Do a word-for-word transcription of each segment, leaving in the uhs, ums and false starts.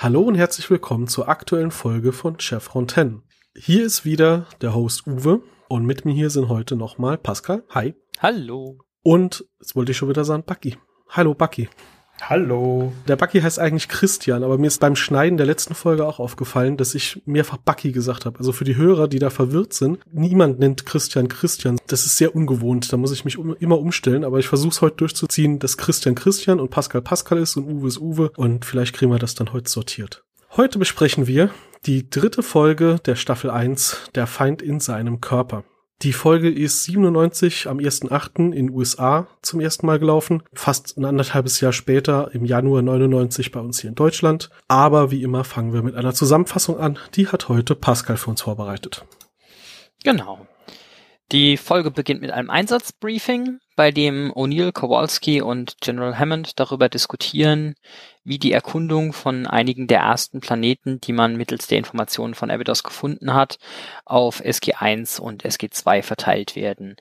Hallo und herzlich willkommen zur aktuellen Folge von Chevron zehn. Hier ist wieder der Host Uwe und mit mir hier sind heute nochmal Pascal. Hi. Hallo. Und, jetzt wollte ich schon wieder sagen, Bucky. Hallo Bucky. Hallo. Der Bucky heißt eigentlich Christian, aber mir ist beim Schneiden der letzten Folge auch aufgefallen, dass ich mehrfach Bucky gesagt habe. Also für die Hörer, die da verwirrt sind, niemand nennt Christian Christian. Das ist sehr ungewohnt, da muss ich mich um, immer umstellen, aber ich versuche es heute durchzuziehen, dass Christian Christian und Pascal Pascal ist und Uwe ist Uwe und vielleicht kriegen wir das dann heute sortiert. Heute besprechen wir die dritte Folge der Staffel eins, Der Feind in seinem Körper. Die Folge ist siebenundneunzig am ersten achten in U S A zum ersten Mal gelaufen, fast ein anderthalbes Jahr später im Januar neunundneunzig bei uns hier in Deutschland. Aber wie immer fangen wir mit einer Zusammenfassung an, die hat heute Pascal für uns vorbereitet. Genau. Die Folge beginnt mit einem Einsatzbriefing, bei dem O'Neill, Kowalski und General Hammond darüber diskutieren, wie die Erkundung von einigen der ersten Planeten, die man mittels der Informationen von Abydos gefunden hat, auf S G eins und S G zwei verteilt werden.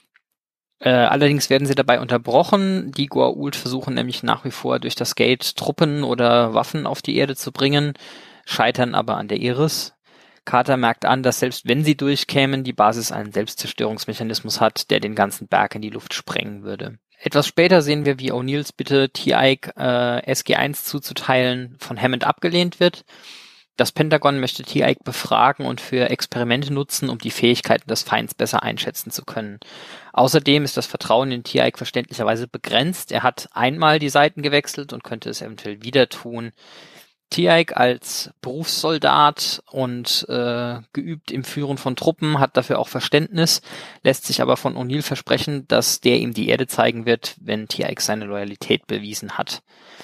Äh, allerdings werden sie dabei unterbrochen. Die Goa'uld versuchen nämlich nach wie vor durch das Gate Truppen oder Waffen auf die Erde zu bringen, scheitern aber an der Iris. Carter merkt an, dass selbst wenn sie durchkämen, die Basis einen Selbstzerstörungsmechanismus hat, der den ganzen Berg in die Luft sprengen würde. Etwas später sehen wir, wie O'Neills Bitte, T-Ike äh, S G eins zuzuteilen, von Hammond abgelehnt wird. Das Pentagon möchte T-Ike befragen und für Experimente nutzen, um die Fähigkeiten des Feinds besser einschätzen zu können. Außerdem ist das Vertrauen in T-Ike verständlicherweise begrenzt. Er hat einmal die Seiten gewechselt und könnte es eventuell wieder tun. T-Ike als Berufssoldat und äh, geübt im Führen von Truppen hat dafür auch Verständnis, lässt sich aber von O'Neill versprechen, dass der ihm die Erde zeigen wird, wenn T-Ike seine Loyalität bewiesen hat.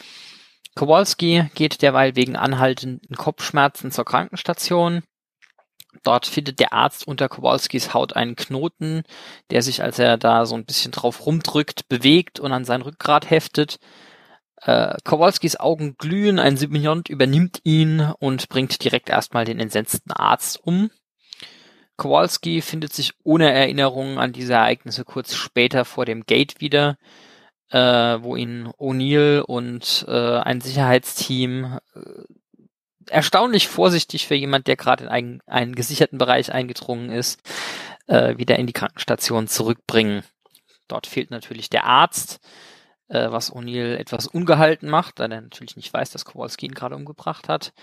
Kowalski geht derweil wegen anhaltenden Kopfschmerzen zur Krankenstation. Dort findet der Arzt unter Kowalskis Haut einen Knoten, der sich, als er da so ein bisschen drauf rumdrückt, bewegt und an sein Rückgrat heftet. Äh, Kowalskis Augen glühen, ein Symbiont übernimmt ihn und bringt direkt erstmal den entsetzten Arzt um. Kowalski findet sich ohne Erinnerung an diese Ereignisse kurz später vor dem Gate wieder, äh, wo ihn O'Neill und äh, ein Sicherheitsteam äh, erstaunlich vorsichtig für jemand, der gerade in einen, einen gesicherten Bereich eingedrungen ist, äh, wieder in die Krankenstation zurückbringen. Dort fehlt natürlich der Arzt, was O'Neill etwas ungehalten macht, da er natürlich nicht weiß, dass Kowalski ihn gerade umgebracht hat.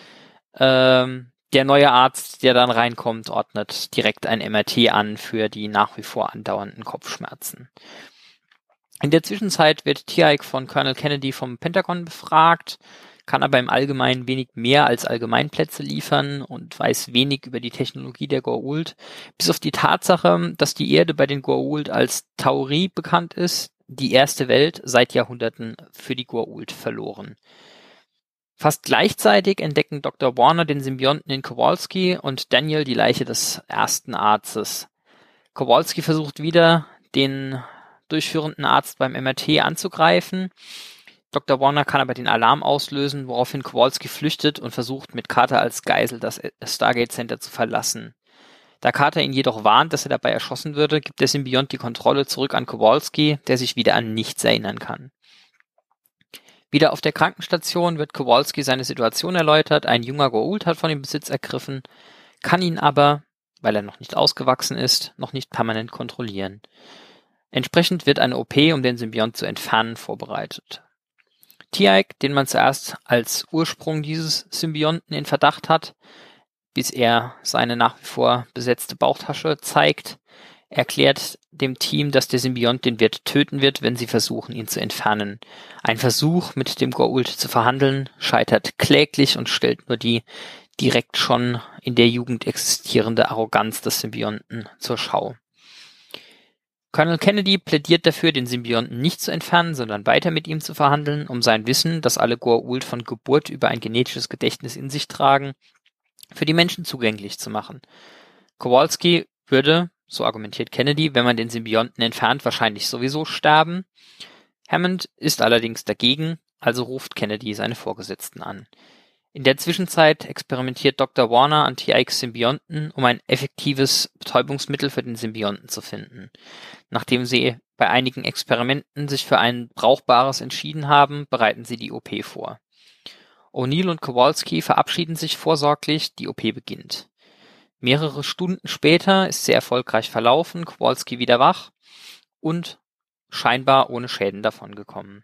Ähm, der neue Arzt, der dann reinkommt, ordnet direkt ein M R T an für die nach wie vor andauernden Kopfschmerzen. In der Zwischenzeit wird T-Ike von Colonel Kennedy vom Pentagon befragt, kann aber im Allgemeinen wenig mehr als Allgemeinplätze liefern und weiß wenig über die Technologie der Goa'uld, bis auf die Tatsache, dass die Erde bei den Goa'uld als Tauri bekannt ist, die erste Welt seit Jahrhunderten für die Goa'uld verloren. Fast gleichzeitig entdecken Doktor Warner den Symbionten in Kowalski und Daniel die Leiche des ersten Arztes. Kowalski versucht wieder, den durchführenden Arzt beim M R T anzugreifen. Doktor Warner kann aber den Alarm auslösen, woraufhin Kowalski flüchtet und versucht, mit Carter als Geisel das Stargate Center zu verlassen. Da Carter ihn jedoch warnt, dass er dabei erschossen würde, gibt der Symbiont die Kontrolle zurück an Kowalski, der sich wieder an nichts erinnern kann. Wieder auf der Krankenstation wird Kowalski seine Situation erläutert, ein junger Goa'uld hat von ihm Besitz ergriffen, kann ihn aber, weil er noch nicht ausgewachsen ist, noch nicht permanent kontrollieren. Entsprechend wird eine O P, um den Symbiont zu entfernen, vorbereitet. T-Ike, den man zuerst als Ursprung dieses Symbionten in Verdacht hat, bis er seine nach wie vor besetzte Bauchtasche zeigt, erklärt dem Team, dass der Symbiont den Wirt töten wird, wenn sie versuchen, ihn zu entfernen. Ein Versuch, mit dem Goa'uld zu verhandeln, scheitert kläglich und stellt nur die direkt schon in der Jugend existierende Arroganz des Symbionten zur Schau. Colonel Kennedy plädiert dafür, den Symbionten nicht zu entfernen, sondern weiter mit ihm zu verhandeln, um sein Wissen, dass alle Goa'uld von Geburt über ein genetisches Gedächtnis in sich tragen, für die Menschen zugänglich zu machen. Kowalski würde, so argumentiert Kennedy, wenn man den Symbionten entfernt, wahrscheinlich sowieso sterben. Hammond ist allerdings dagegen, also ruft Kennedy seine Vorgesetzten an. In der Zwischenzeit experimentiert Doktor Warner an T-Ikes Symbionten, um ein effektives Betäubungsmittel für den Symbionten zu finden. Nachdem sie bei einigen Experimenten sich für ein brauchbares entschieden haben, bereiten sie die O P vor. O'Neill und Kowalski verabschieden sich vorsorglich, die O P beginnt. Mehrere Stunden später ist sie erfolgreich verlaufen, Kowalski wieder wach und scheinbar ohne Schäden davongekommen.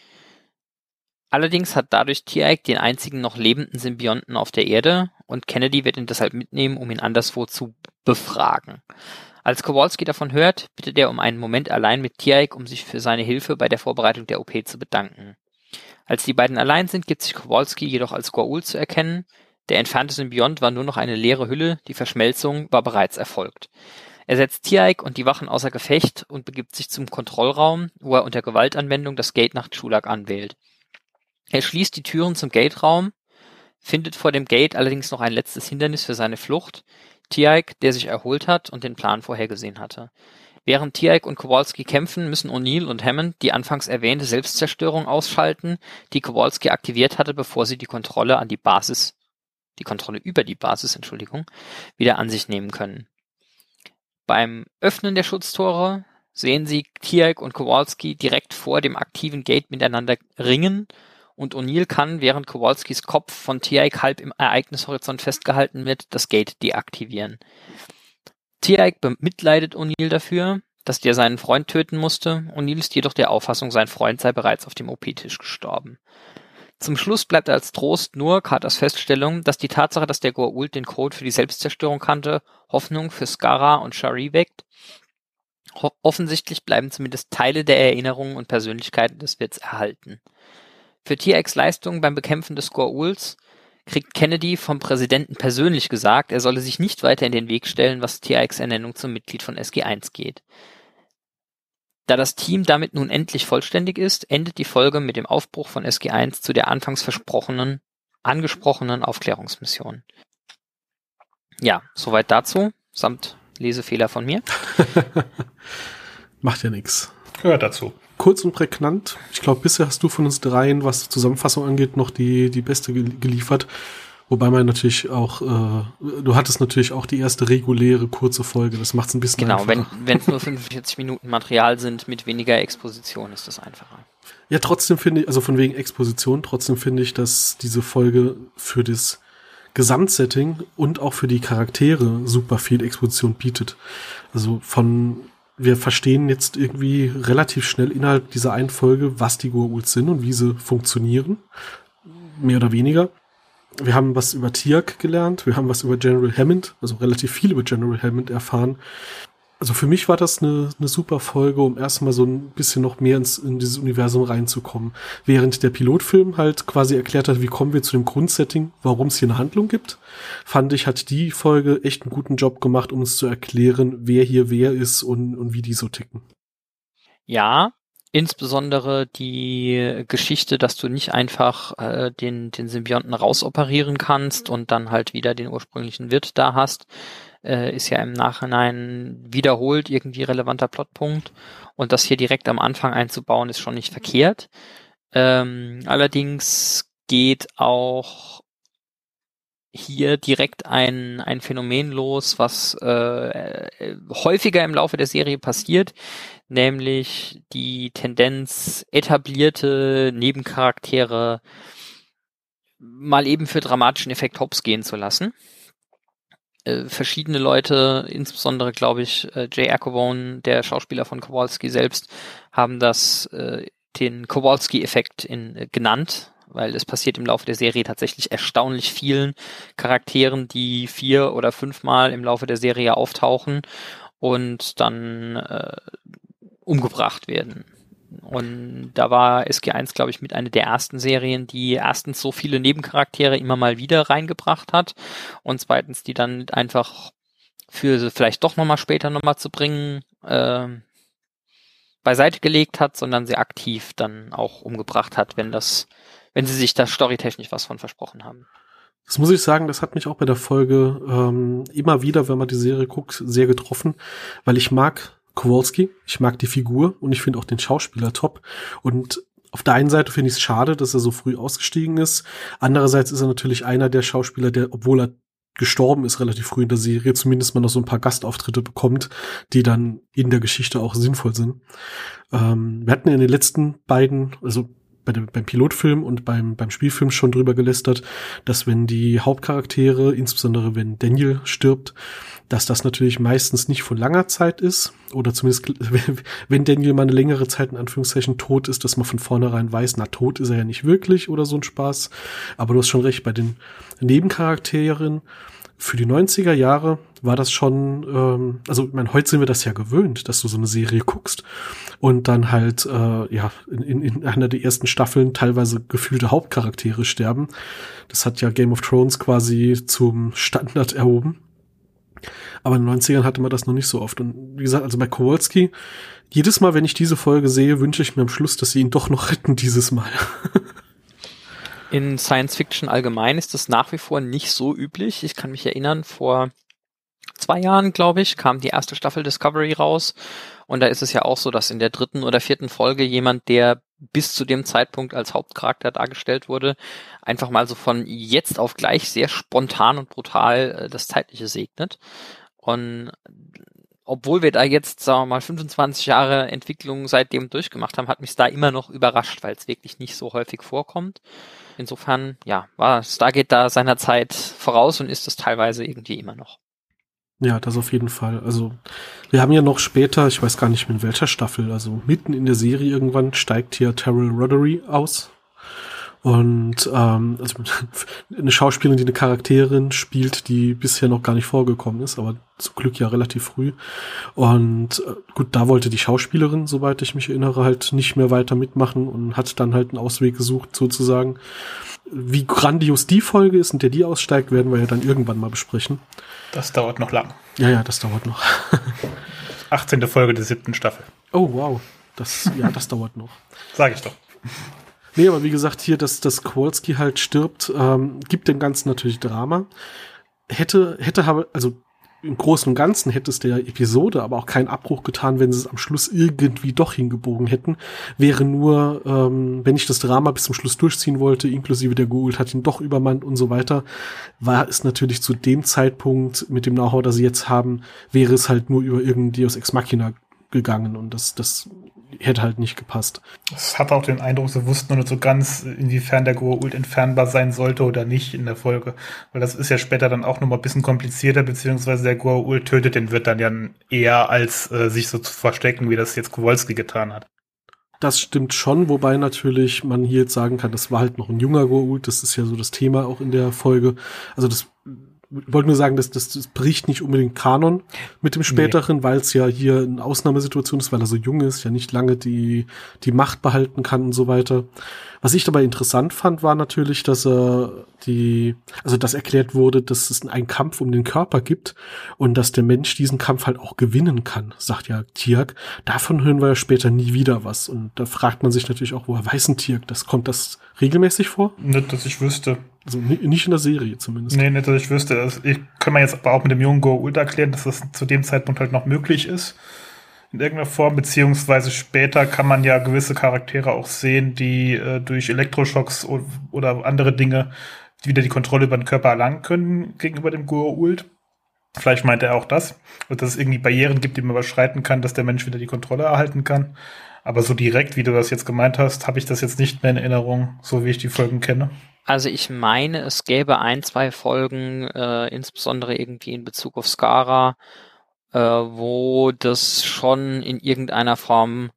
Allerdings hat dadurch Tiaik den einzigen noch lebenden Symbionten auf der Erde und Kennedy wird ihn deshalb mitnehmen, um ihn anderswo zu befragen. Als Kowalski davon hört, bittet er um einen Moment allein mit Tiaik, um sich für seine Hilfe bei der Vorbereitung der O P zu bedanken. Als die beiden allein sind, gibt sich Kowalski jedoch als Goa'uld zu erkennen. Der entfernte Symbiont war nur noch eine leere Hülle, die Verschmelzung war bereits erfolgt. Er setzt Tiaik und die Wachen außer Gefecht und begibt sich zum Kontrollraum, wo er unter Gewaltanwendung das Gate nach Chulak anwählt. Er schließt die Türen zum Gate-Raum, findet vor dem Gate allerdings noch ein letztes Hindernis für seine Flucht, Tiaik, der sich erholt hat und den Plan vorhergesehen hatte. Während Tiaik und Kowalski kämpfen, müssen O'Neill und Hammond die anfangs erwähnte Selbstzerstörung ausschalten, die Kowalski aktiviert hatte, bevor sie die Kontrolle an die Basis, die Kontrolle über die Basis, Entschuldigung, wieder an sich nehmen können. Beim Öffnen der Schutztore sehen sie Tiaik und Kowalski direkt vor dem aktiven Gate miteinander ringen und O'Neill kann, während Kowalskis Kopf von Tiaik halb im Ereignishorizont festgehalten wird, das Gate deaktivieren. Tiaik bemitleidet O'Neill dafür, dass der seinen Freund töten musste. O'Neill ist jedoch der Auffassung, sein Freund sei bereits auf dem O P-Tisch gestorben. Zum Schluss bleibt als Trost nur Carters Feststellung, dass die Tatsache, dass der Goa'uld den Code für die Selbstzerstörung kannte, Hoffnung für Skara und Shari weckt. Ho- offensichtlich bleiben zumindest Teile der Erinnerungen und Persönlichkeiten des Wirts erhalten. Für Tiaiks Leistungen beim Bekämpfen des Goa'ulds kriegt Kennedy vom Präsidenten persönlich gesagt, er solle sich nicht weiter in den Weg stellen, was Tiaiks Ernennung zum Mitglied von S G eins geht. Da das Team damit nun endlich vollständig ist, endet die Folge mit dem Aufbruch von S G eins zu der anfangs versprochenen, angesprochenen Aufklärungsmission. Ja, soweit dazu, samt Lesefehler von mir. Macht ja nix. Gehört dazu. Kurz und prägnant. Ich glaube, bisher hast du von uns dreien, was Zusammenfassung angeht, noch die die beste gel- geliefert. Wobei man natürlich auch, äh, du hattest natürlich auch die erste reguläre kurze Folge. Das macht es ein bisschen Genau, einfacher. wenn wenn es nur fünfundvierzig Minuten Material sind mit weniger Exposition, ist das einfacher. Ja, trotzdem finde ich, also von wegen Exposition, trotzdem finde ich, dass diese Folge für das Gesamtsetting und auch für die Charaktere super viel Exposition bietet. Also von wir verstehen jetzt irgendwie relativ schnell innerhalb dieser einen Folge, was die Goa'ulds sind und wie sie funktionieren. Mehr oder weniger. Wir haben was über Tiaik gelernt, wir haben was über General Hammond, also relativ viel über General Hammond erfahren. Also für mich war das eine, eine super Folge, um erstmal so ein bisschen noch mehr ins, in dieses Universum reinzukommen. Während der Pilotfilm halt quasi erklärt hat, wie kommen wir zu dem Grundsetting, warum es hier eine Handlung gibt, fand ich, hat die Folge echt einen guten Job gemacht, um uns zu erklären, wer hier wer ist und, und wie die so ticken. Ja, insbesondere die Geschichte, dass du nicht einfach äh, den, den Symbionten rausoperieren kannst und dann halt wieder den ursprünglichen Wirt da hast, äh, ist ja im Nachhinein wiederholt irgendwie relevanter Plotpunkt. Und das hier direkt am Anfang einzubauen, ist schon nicht verkehrt. Ähm, allerdings geht auch hier direkt ein, ein Phänomen los, was äh, häufiger im Laufe der Serie passiert, nämlich die Tendenz, etablierte Nebencharaktere mal eben für dramatischen Effekt hops gehen zu lassen. Äh, verschiedene Leute, insbesondere glaube ich äh, Jay Aquavone, der Schauspieler von Kowalski selbst, haben das äh, den Kowalski-Effekt in, äh, genannt, weil es passiert im Laufe der Serie tatsächlich erstaunlich vielen Charakteren, die vier oder fünfmal im Laufe der Serie auftauchen und dann äh, umgebracht werden. Und da war S G eins, glaube ich, mit einer der ersten Serien, die erstens so viele Nebencharaktere immer mal wieder reingebracht hat und zweitens die dann einfach für sie vielleicht doch nochmal später nochmal zu bringen äh, beiseite gelegt hat, sondern sie aktiv dann auch umgebracht hat, wenn das wenn sie sich da storytechnisch was von versprochen haben. Das muss ich sagen, das hat mich auch bei der Folge ähm, immer wieder, wenn man die Serie guckt, sehr getroffen, weil ich mag Kowalski, ich mag die Figur und ich finde auch den Schauspieler top. Und auf der einen Seite finde ich es schade, dass er so früh ausgestiegen ist. Andererseits ist er natürlich einer der Schauspieler, der, obwohl er gestorben ist relativ früh in der Serie, zumindest mal noch so ein paar Gastauftritte bekommt, die dann in der Geschichte auch sinnvoll sind. Ähm, wir hatten in den letzten beiden, also bei dem, beim Pilotfilm und beim, beim Spielfilm schon drüber gelästert, dass wenn die Hauptcharaktere, insbesondere wenn Daniel stirbt, dass das natürlich meistens nicht von langer Zeit ist, oder zumindest, wenn Daniel mal eine längere Zeit in Anführungszeichen tot ist, dass man von vornherein weiß, na, tot ist er ja nicht wirklich oder so ein Spaß. Aber du hast schon recht, bei den Nebencharakteren für die neunziger Jahre war das schon, ähm, also ich meine, heute sind wir das ja gewöhnt, dass du so eine Serie guckst und dann halt, äh, ja, in, in, in einer der ersten Staffeln teilweise gefühlte Hauptcharaktere sterben. Das hat ja Game of Thrones quasi zum Standard erhoben. Aber in den neunzigern hatte man das noch nicht so oft. Und wie gesagt, also bei Kowalski, jedes Mal, wenn ich diese Folge sehe, wünsche ich mir am Schluss, dass sie ihn doch noch retten dieses Mal. In Science Fiction allgemein ist das nach wie vor nicht so üblich. Ich kann mich erinnern, vor zwei Jahren, glaube ich, kam die erste Staffel Discovery raus. Und da ist es ja auch so, dass in der dritten oder vierten Folge jemand, der bis zu dem Zeitpunkt als Hauptcharakter dargestellt wurde, einfach mal so von jetzt auf gleich sehr spontan und brutal äh, das Zeitliche segnet. Und obwohl wir da jetzt, sagen wir mal, fünfundzwanzig Jahre Entwicklung seitdem durchgemacht haben, hat mich da immer noch überrascht, weil es wirklich nicht so häufig vorkommt. Insofern, ja, war Stargate da seiner Zeit voraus und ist es teilweise irgendwie immer noch. Ja, das auf jeden Fall. Also wir haben ja noch später, ich weiß gar nicht mehr in welcher Staffel, also mitten in der Serie irgendwann steigt hier Terrell Roddery aus. Und ähm, also eine Schauspielerin, die eine Charakterin spielt, die bisher noch gar nicht vorgekommen ist, aber zum Glück ja relativ früh. Und äh, gut, da wollte die Schauspielerin, soweit ich mich erinnere, halt nicht mehr weiter mitmachen und hat dann halt einen Ausweg gesucht, sozusagen. Wie grandios die Folge ist, in der die aussteigt, werden wir ja dann irgendwann mal besprechen. Das dauert noch lang. Ja, ja, das dauert noch. achtzehnte Folge der siebten Staffel. Oh, wow. Das, ja, das dauert noch. Sag ich doch. Nee, aber wie gesagt, hier, dass, dass Kowalski halt stirbt, ähm, gibt dem Ganzen natürlich Drama. Hätte, hätte, habe, also im Großen und Ganzen hätte es der Episode aber auch keinen Abbruch getan, wenn sie es am Schluss irgendwie doch hingebogen hätten. Wäre nur, ähm, wenn ich das Drama bis zum Schluss durchziehen wollte, inklusive der Goa'uld hat ihn doch übermannt und so weiter, war es natürlich zu dem Zeitpunkt mit dem Know-how, das sie jetzt haben, wäre es halt nur über irgendein Deus Ex Machina gegangen und das, das hätte halt nicht gepasst. Es hat auch den Eindruck, sie wussten noch nicht so ganz, inwiefern der Goa'uld entfernbar sein sollte oder nicht in der Folge. Weil das ist ja später dann auch nochmal ein bisschen komplizierter, beziehungsweise der Goa'uld tötet den Wirt dann ja eher, als äh, sich so zu verstecken, wie das jetzt Kowalski getan hat. Das stimmt schon, wobei natürlich man hier jetzt sagen kann, das war halt noch ein junger Goa'uld, das ist ja so das Thema auch in der Folge. Also das Ich wollte nur sagen, dass das, das bricht nicht unbedingt Kanon mit dem Späteren, nee. Weil es ja hier eine Ausnahmesituation ist, weil er so jung ist, ja nicht lange die die Macht behalten kann und so weiter. Was ich dabei interessant fand, war natürlich, dass er die, also dass erklärt wurde, dass es einen Kampf um den Körper gibt und dass der Mensch diesen Kampf halt auch gewinnen kann, sagt ja Tiag. Davon hören wir ja später nie wieder was. Und da fragt man sich natürlich auch, woher weiß ein Tiag das? Kommt das regelmäßig vor? Nicht, dass ich wüsste. Also nicht in der Serie zumindest. Nee, nicht, dass ich wüsste. Das, ich kann man jetzt aber auch mit dem jungen Goa'uld erklären, dass das zu dem Zeitpunkt halt noch möglich ist. In irgendeiner Form, beziehungsweise später kann man ja gewisse Charaktere auch sehen, die äh, durch Elektroschocks o- oder andere Dinge wieder die Kontrolle über den Körper erlangen können gegenüber dem Goa'uld. Vielleicht meint er auch das. Und dass es irgendwie Barrieren gibt, die man überschreiten kann, dass der Mensch wieder die Kontrolle erhalten kann. Aber so direkt, wie du das jetzt gemeint hast, habe ich das jetzt nicht mehr in Erinnerung, so wie ich die Folgen kenne. Also ich meine, es gäbe ein, zwei Folgen, äh, insbesondere irgendwie in Bezug auf Skara, äh, wo das schon in irgendeiner Form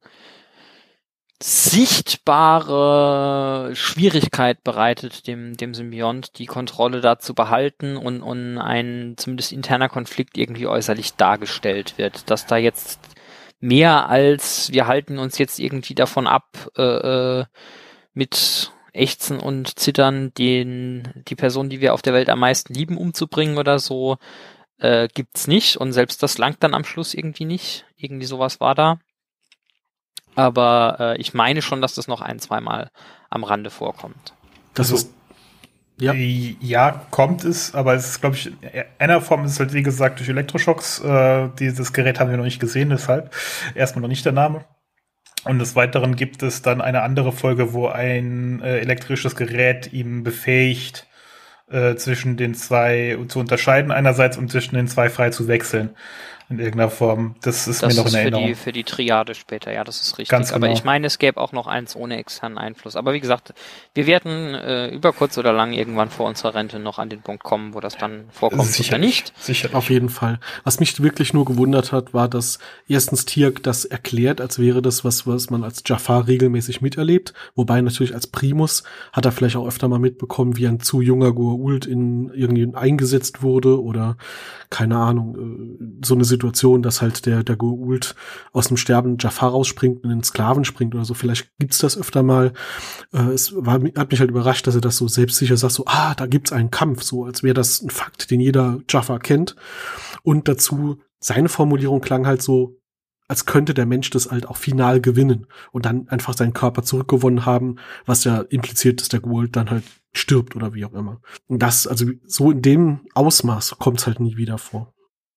sichtbare Schwierigkeit bereitet, dem, dem Symbiont die Kontrolle da zu behalten und, und ein zumindest interner Konflikt irgendwie äußerlich dargestellt wird, dass da jetzt mehr als wir halten uns jetzt irgendwie davon ab, äh, äh, mit Ächzen und Zittern den, die Person, die wir auf der Welt am meisten lieben, umzubringen oder so, äh, gibt's nicht. Und selbst das langt dann am Schluss irgendwie nicht. Irgendwie sowas war da. Aber äh, ich meine schon, dass das noch ein, zweimal am Rande vorkommt. Das also, ist ja. ja, kommt es, aber es ist, glaube ich, in einer Form ist es halt, wie gesagt, durch Elektroschocks. Äh, dieses Gerät haben wir noch nicht gesehen, deshalb erstmal noch nicht der Name. Und des Weiteren gibt es dann eine andere Folge, wo ein äh, elektrisches Gerät ihm befähigt, äh, zwischen den zwei zu unterscheiden einerseits und zwischen den zwei frei zu wechseln. In irgendeiner Form. Das ist das mir noch ist in Erinnerung. Für die, für die Triade später, ja, das ist richtig. Ganz genau. Aber ich meine, es gäbe auch noch eins ohne externen Einfluss. Aber wie gesagt, wir werden äh, über kurz oder lang irgendwann vor unserer Rente noch an den Punkt kommen, wo das dann vorkommt Sicherlich, oder nicht. Sicherlich. Auf jeden Fall. Was mich wirklich nur gewundert hat, war, dass erstens Tiag das erklärt, als wäre das was, was man als Jafar regelmäßig miterlebt. Wobei natürlich als Primus hat er vielleicht auch öfter mal mitbekommen, wie ein zu junger Goa'uld in irgendwie eingesetzt wurde oder keine Ahnung, so eine Situation, dass halt der, der Goa'uld aus dem Sterben Jafar rausspringt und in den Sklaven springt oder so. Vielleicht gibt's das öfter mal. Es war, hat mich halt überrascht, dass er das so selbstsicher sagt, so, ah, da gibt's einen Kampf, so als wäre das ein Fakt, den jeder Jafar kennt. Und dazu, seine Formulierung klang halt so, als könnte der Mensch das halt auch final gewinnen und dann einfach seinen Körper zurückgewonnen haben, was ja impliziert, dass der Goa'uld dann halt stirbt oder wie auch immer. Und das, also so in dem Ausmaß kommt's halt nie wieder vor.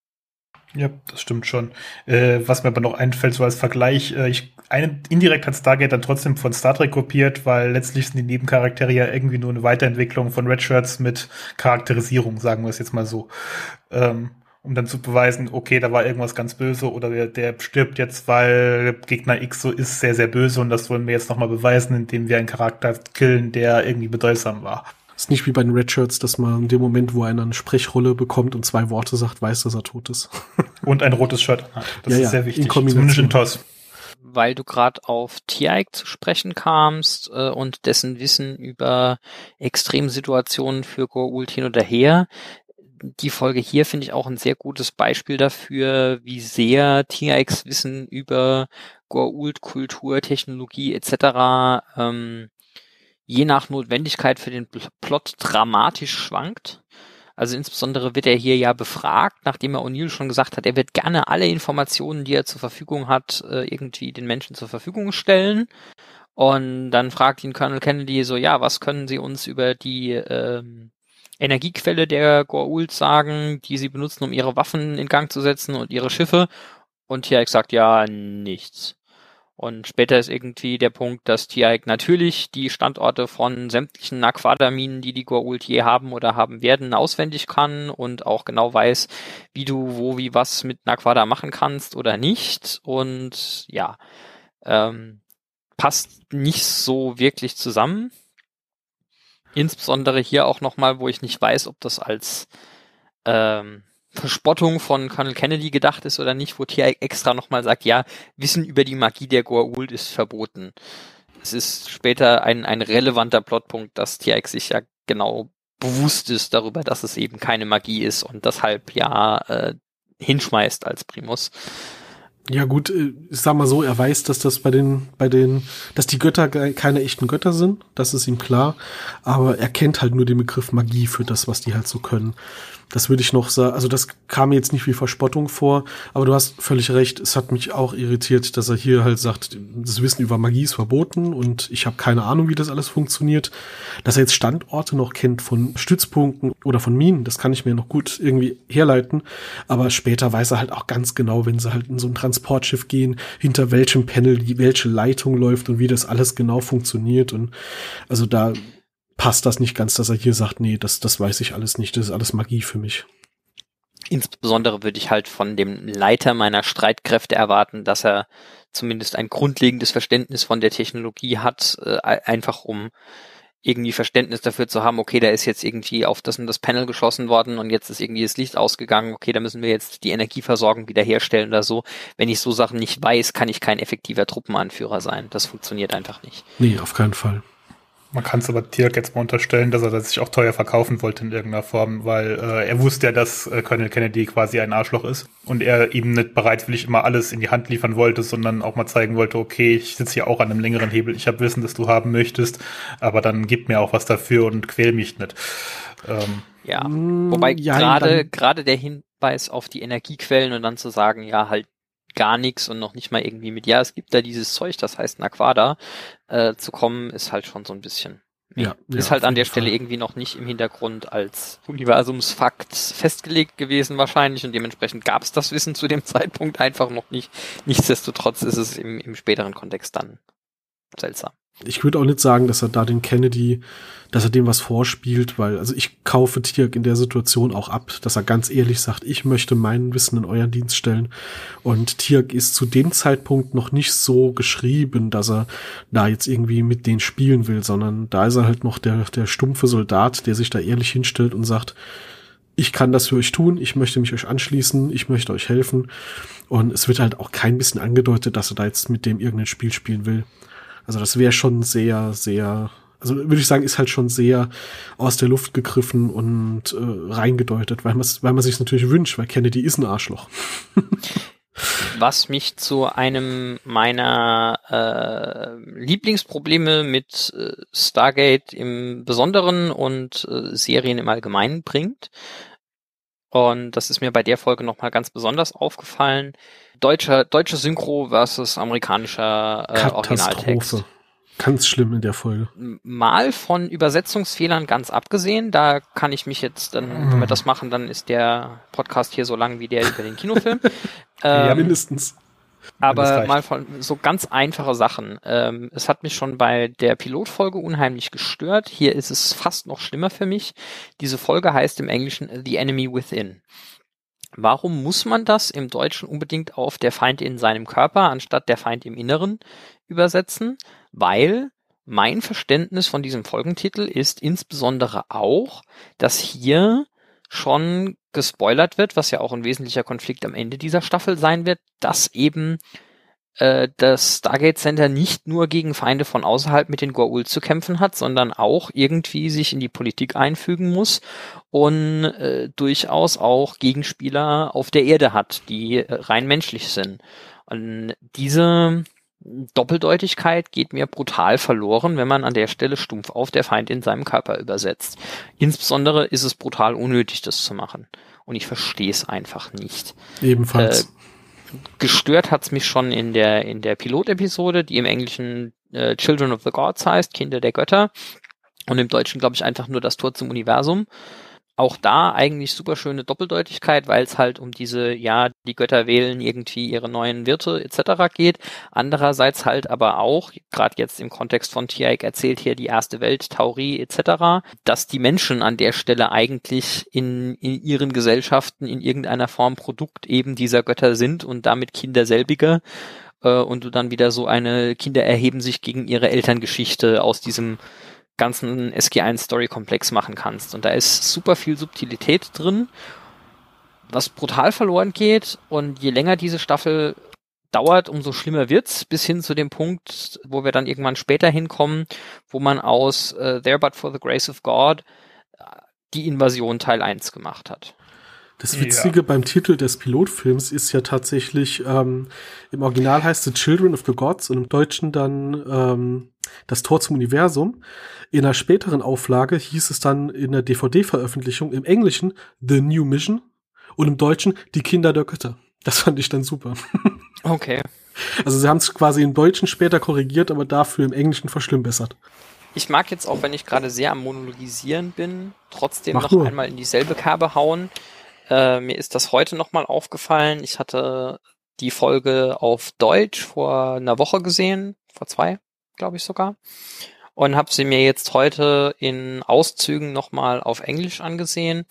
Ja, das stimmt schon. Äh, was mir aber noch einfällt, so als Vergleich, äh, ich, eine, indirekt hat Stargate dann trotzdem von Star Trek kopiert, weil letztlich sind die Nebencharaktere ja irgendwie nur eine Weiterentwicklung von Red Shirts mit Charakterisierung, sagen wir es jetzt mal so. Ähm, um dann zu beweisen, okay, da war irgendwas ganz böse oder der, der stirbt jetzt, weil Gegner X so ist sehr, sehr böse und das wollen wir jetzt nochmal beweisen, indem wir einen Charakter killen, der irgendwie bedeutsam war. Ist nicht wie bei den Red Shirts, dass man in dem Moment, wo einer eine Sprechrolle bekommt und zwei Worte sagt, weiß, dass er tot ist. Und ein rotes Shirt hat. Das ja, ist ja, sehr wichtig. in Kombination. Zumindest in T O S. Weil du gerade auf Tiag zu sprechen kamst äh, und dessen Wissen über Extremsituationen für Goa'uld hin oder her. Die Folge hier finde ich auch ein sehr gutes Beispiel dafür, wie sehr Tiags Wissen über Goa'uld, Kultur, Technologie et cetera ähm, je nach Notwendigkeit für den Plot dramatisch schwankt. Also insbesondere wird er hier ja befragt, nachdem er O'Neill schon gesagt hat, er wird gerne alle Informationen, die er zur Verfügung hat, irgendwie den Menschen zur Verfügung stellen. Und dann fragt ihn Colonel Kennedy so, ja, was können Sie uns über die ähm, Energiequelle der Goa'uld sagen, die sie benutzen, um ihre Waffen in Gang zu setzen und ihre Schiffe? Und Tiag sagt, ja, nichts. Und später ist irgendwie der Punkt, dass Tiag natürlich die Standorte von sämtlichen Naquadah-Minen, die die Goa'uld je haben oder haben werden, auswendig kann und auch genau weiß, wie du wo, wie was mit Naquadah machen kannst oder nicht. Und ja, ähm, passt nicht so wirklich zusammen. Insbesondere hier auch nochmal, wo ich nicht weiß, ob das als ähm, Verspottung von Colonel Kennedy gedacht ist oder nicht, wo Tiag extra nochmal sagt, ja, Wissen über die Magie der Goa'uld ist verboten. Es ist später ein, ein relevanter Plotpunkt, dass Tiag sich ja genau bewusst ist darüber, dass es eben keine Magie ist und deshalb ja äh, hinschmeißt als Primus. Ja gut, ich sag mal so, er weiß, dass das bei den, bei den, dass die Götter keine echten Götter sind, das ist ihm klar, aber er kennt halt nur den Begriff Magie für das, was die halt so können. Das würde ich noch sagen, also das kam mir jetzt nicht wie Verspottung vor, aber du hast völlig recht, es hat mich auch irritiert, dass er hier halt sagt, das Wissen über Magie ist verboten und ich habe keine Ahnung, wie das alles funktioniert. Dass er jetzt Standorte noch kennt von Stützpunkten oder von Minen, das kann ich mir noch gut irgendwie herleiten, aber später weiß er halt auch ganz genau, wenn sie halt in so ein Transportschiff gehen, hinter welchem Panel die welche Leitung läuft und wie das alles genau funktioniert und also da passt das nicht ganz, dass er hier sagt, nee, das, das weiß ich alles nicht, das ist alles Magie für mich. Insbesondere würde ich halt von dem Leiter meiner Streitkräfte erwarten, dass er zumindest ein grundlegendes Verständnis von der Technologie hat, äh, einfach um irgendwie Verständnis dafür zu haben, okay, da ist jetzt irgendwie auf das und das Panel geschossen worden und jetzt ist irgendwie das Licht ausgegangen, okay, da müssen wir jetzt die Energieversorgung wiederherstellen oder so. Wenn ich so Sachen nicht weiß, kann ich kein effektiver Truppenanführer sein. Das funktioniert einfach nicht. Nee, auf keinen Fall. Man kann es aber Tiag jetzt mal unterstellen, dass er das sich auch teuer verkaufen wollte in irgendeiner Form, weil äh, er wusste ja, dass äh, Colonel Kennedy quasi ein Arschloch ist und er ihm nicht bereitwillig immer alles in die Hand liefern wollte, sondern auch mal zeigen wollte, okay, ich sitze hier auch an einem längeren Hebel, ich habe Wissen, das du haben möchtest, aber dann gib mir auch was dafür und quäl mich nicht. Ähm, ja, wobei ja, gerade gerade der Hinweis auf die Energiequellen und dann zu sagen, ja, halt gar nichts und noch nicht mal irgendwie mit, ja, es gibt da dieses Zeug, das heißt Naquadah, äh, zu kommen, ist halt schon so ein bisschen, ja, ist ja, halt an der Fall. Stelle irgendwie noch nicht im Hintergrund als Universumsfakt festgelegt gewesen wahrscheinlich und dementsprechend gab es das Wissen zu dem Zeitpunkt einfach noch nicht. Nichtsdestotrotz ist es im, im späteren Kontext dann seltsam. Ich würde auch nicht sagen, dass er da den Kennedy, dass er dem was vorspielt, weil, also ich kaufe Tirk in der Situation auch ab, dass er ganz ehrlich sagt, ich möchte mein Wissen in euren Dienst stellen. Und Tirk ist zu dem Zeitpunkt noch nicht so geschrieben, dass er da jetzt irgendwie mit denen spielen will, sondern da ist er halt noch der, der stumpfe Soldat, der sich da ehrlich hinstellt und sagt, ich kann das für euch tun, ich möchte mich euch anschließen, ich möchte euch helfen. Und es wird halt auch kein bisschen angedeutet, dass er da jetzt mit dem irgendein Spiel spielen will. Also das wäre schon sehr, sehr, also würde ich sagen, ist halt schon sehr aus der Luft gegriffen und äh, reingedeutet, weil man weil man sich natürlich wünscht, weil Kennedy ist ein Arschloch. Was mich zu einem meiner äh, Lieblingsprobleme mit äh, Stargate im Besonderen und äh, Serien im Allgemeinen bringt. Und das ist mir bei der Folge nochmal ganz besonders aufgefallen. Deutscher, deutsche Synchro versus amerikanischer äh, Originaltext. Ganz schlimm in der Folge. Mal von Übersetzungsfehlern ganz abgesehen. Da kann ich mich jetzt, dann, wenn wir das machen, dann ist der Podcast hier so lang wie der über den Kinofilm. ähm, ja, mindestens. Aber mal von so ganz einfache Sachen. Ähm, es hat mich schon bei der Pilotfolge unheimlich gestört. Hier ist es fast noch schlimmer für mich. Diese Folge heißt im Englischen The Enemy Within. Warum muss man das im Deutschen unbedingt auf der Feind in seinem Körper anstatt der Feind im Inneren übersetzen? Weil mein Verständnis von diesem Folgentitel ist insbesondere auch, dass hier schon gespoilert wird, was ja auch ein wesentlicher Konflikt am Ende dieser Staffel sein wird, dass eben äh, das Stargate Center nicht nur gegen Feinde von außerhalb mit den Goa'uld zu kämpfen hat, sondern auch irgendwie sich in die Politik einfügen muss und äh, durchaus auch Gegenspieler auf der Erde hat, die äh, rein menschlich sind. Und diese Doppeldeutigkeit geht mir brutal verloren, wenn man an der Stelle stumpf auf der Feind in seinem Körper übersetzt. Insbesondere ist es brutal unnötig, das zu machen. Und ich verstehe es einfach nicht. Ebenfalls. Äh, gestört hat's mich schon in der in der Pilotepisode, die im Englischen äh, Children of the Gods heißt, Kinder der Götter. Und im Deutschen, glaube ich, einfach nur das Tor zum Universum. Auch da eigentlich super schöne Doppeldeutigkeit, weil es halt um diese, ja, die Götter wählen irgendwie ihre neuen Wirte et cetera geht. Andererseits halt aber auch, gerade jetzt im Kontext von Tiaik erzählt hier die erste Welt, Tauri et cetera, dass die Menschen an der Stelle eigentlich in, in ihren Gesellschaften in irgendeiner Form Produkt eben dieser Götter sind und damit Kinder selbiger. Äh, und du dann wieder so eine Kinder erheben sich gegen ihre Elterngeschichte aus diesem ganzen S G eins Story-Komplex machen kannst. Und da ist super viel Subtilität drin, was brutal verloren geht. Und je länger diese Staffel dauert, umso schlimmer wird's, bis hin zu dem Punkt, wo wir dann irgendwann später hinkommen, wo man aus äh, There But For The Grace Of God die Invasion Teil eins gemacht hat. Das Witzige ja. beim Titel des Pilotfilms ist ja tatsächlich, ähm, im Original heißt es Children of the Gods und im Deutschen dann ähm, das Tor zum Universum. In einer späteren Auflage hieß es dann in der D V D-Veröffentlichung im Englischen The New Mission und im Deutschen Die Kinder der Götter. Das fand ich dann super. Okay. Also sie haben es quasi im Deutschen später korrigiert, aber dafür im Englischen verschlimmbessert. Ich mag jetzt auch, wenn ich gerade sehr am Monologisieren bin, trotzdem Mach noch nur. einmal in dieselbe Kerbe hauen. Äh, mir ist das heute nochmal aufgefallen. Ich hatte die Folge auf Deutsch vor einer Woche gesehen, vor zwei, glaube ich sogar, und habe sie mir jetzt heute in Auszügen nochmal auf Englisch angesehen.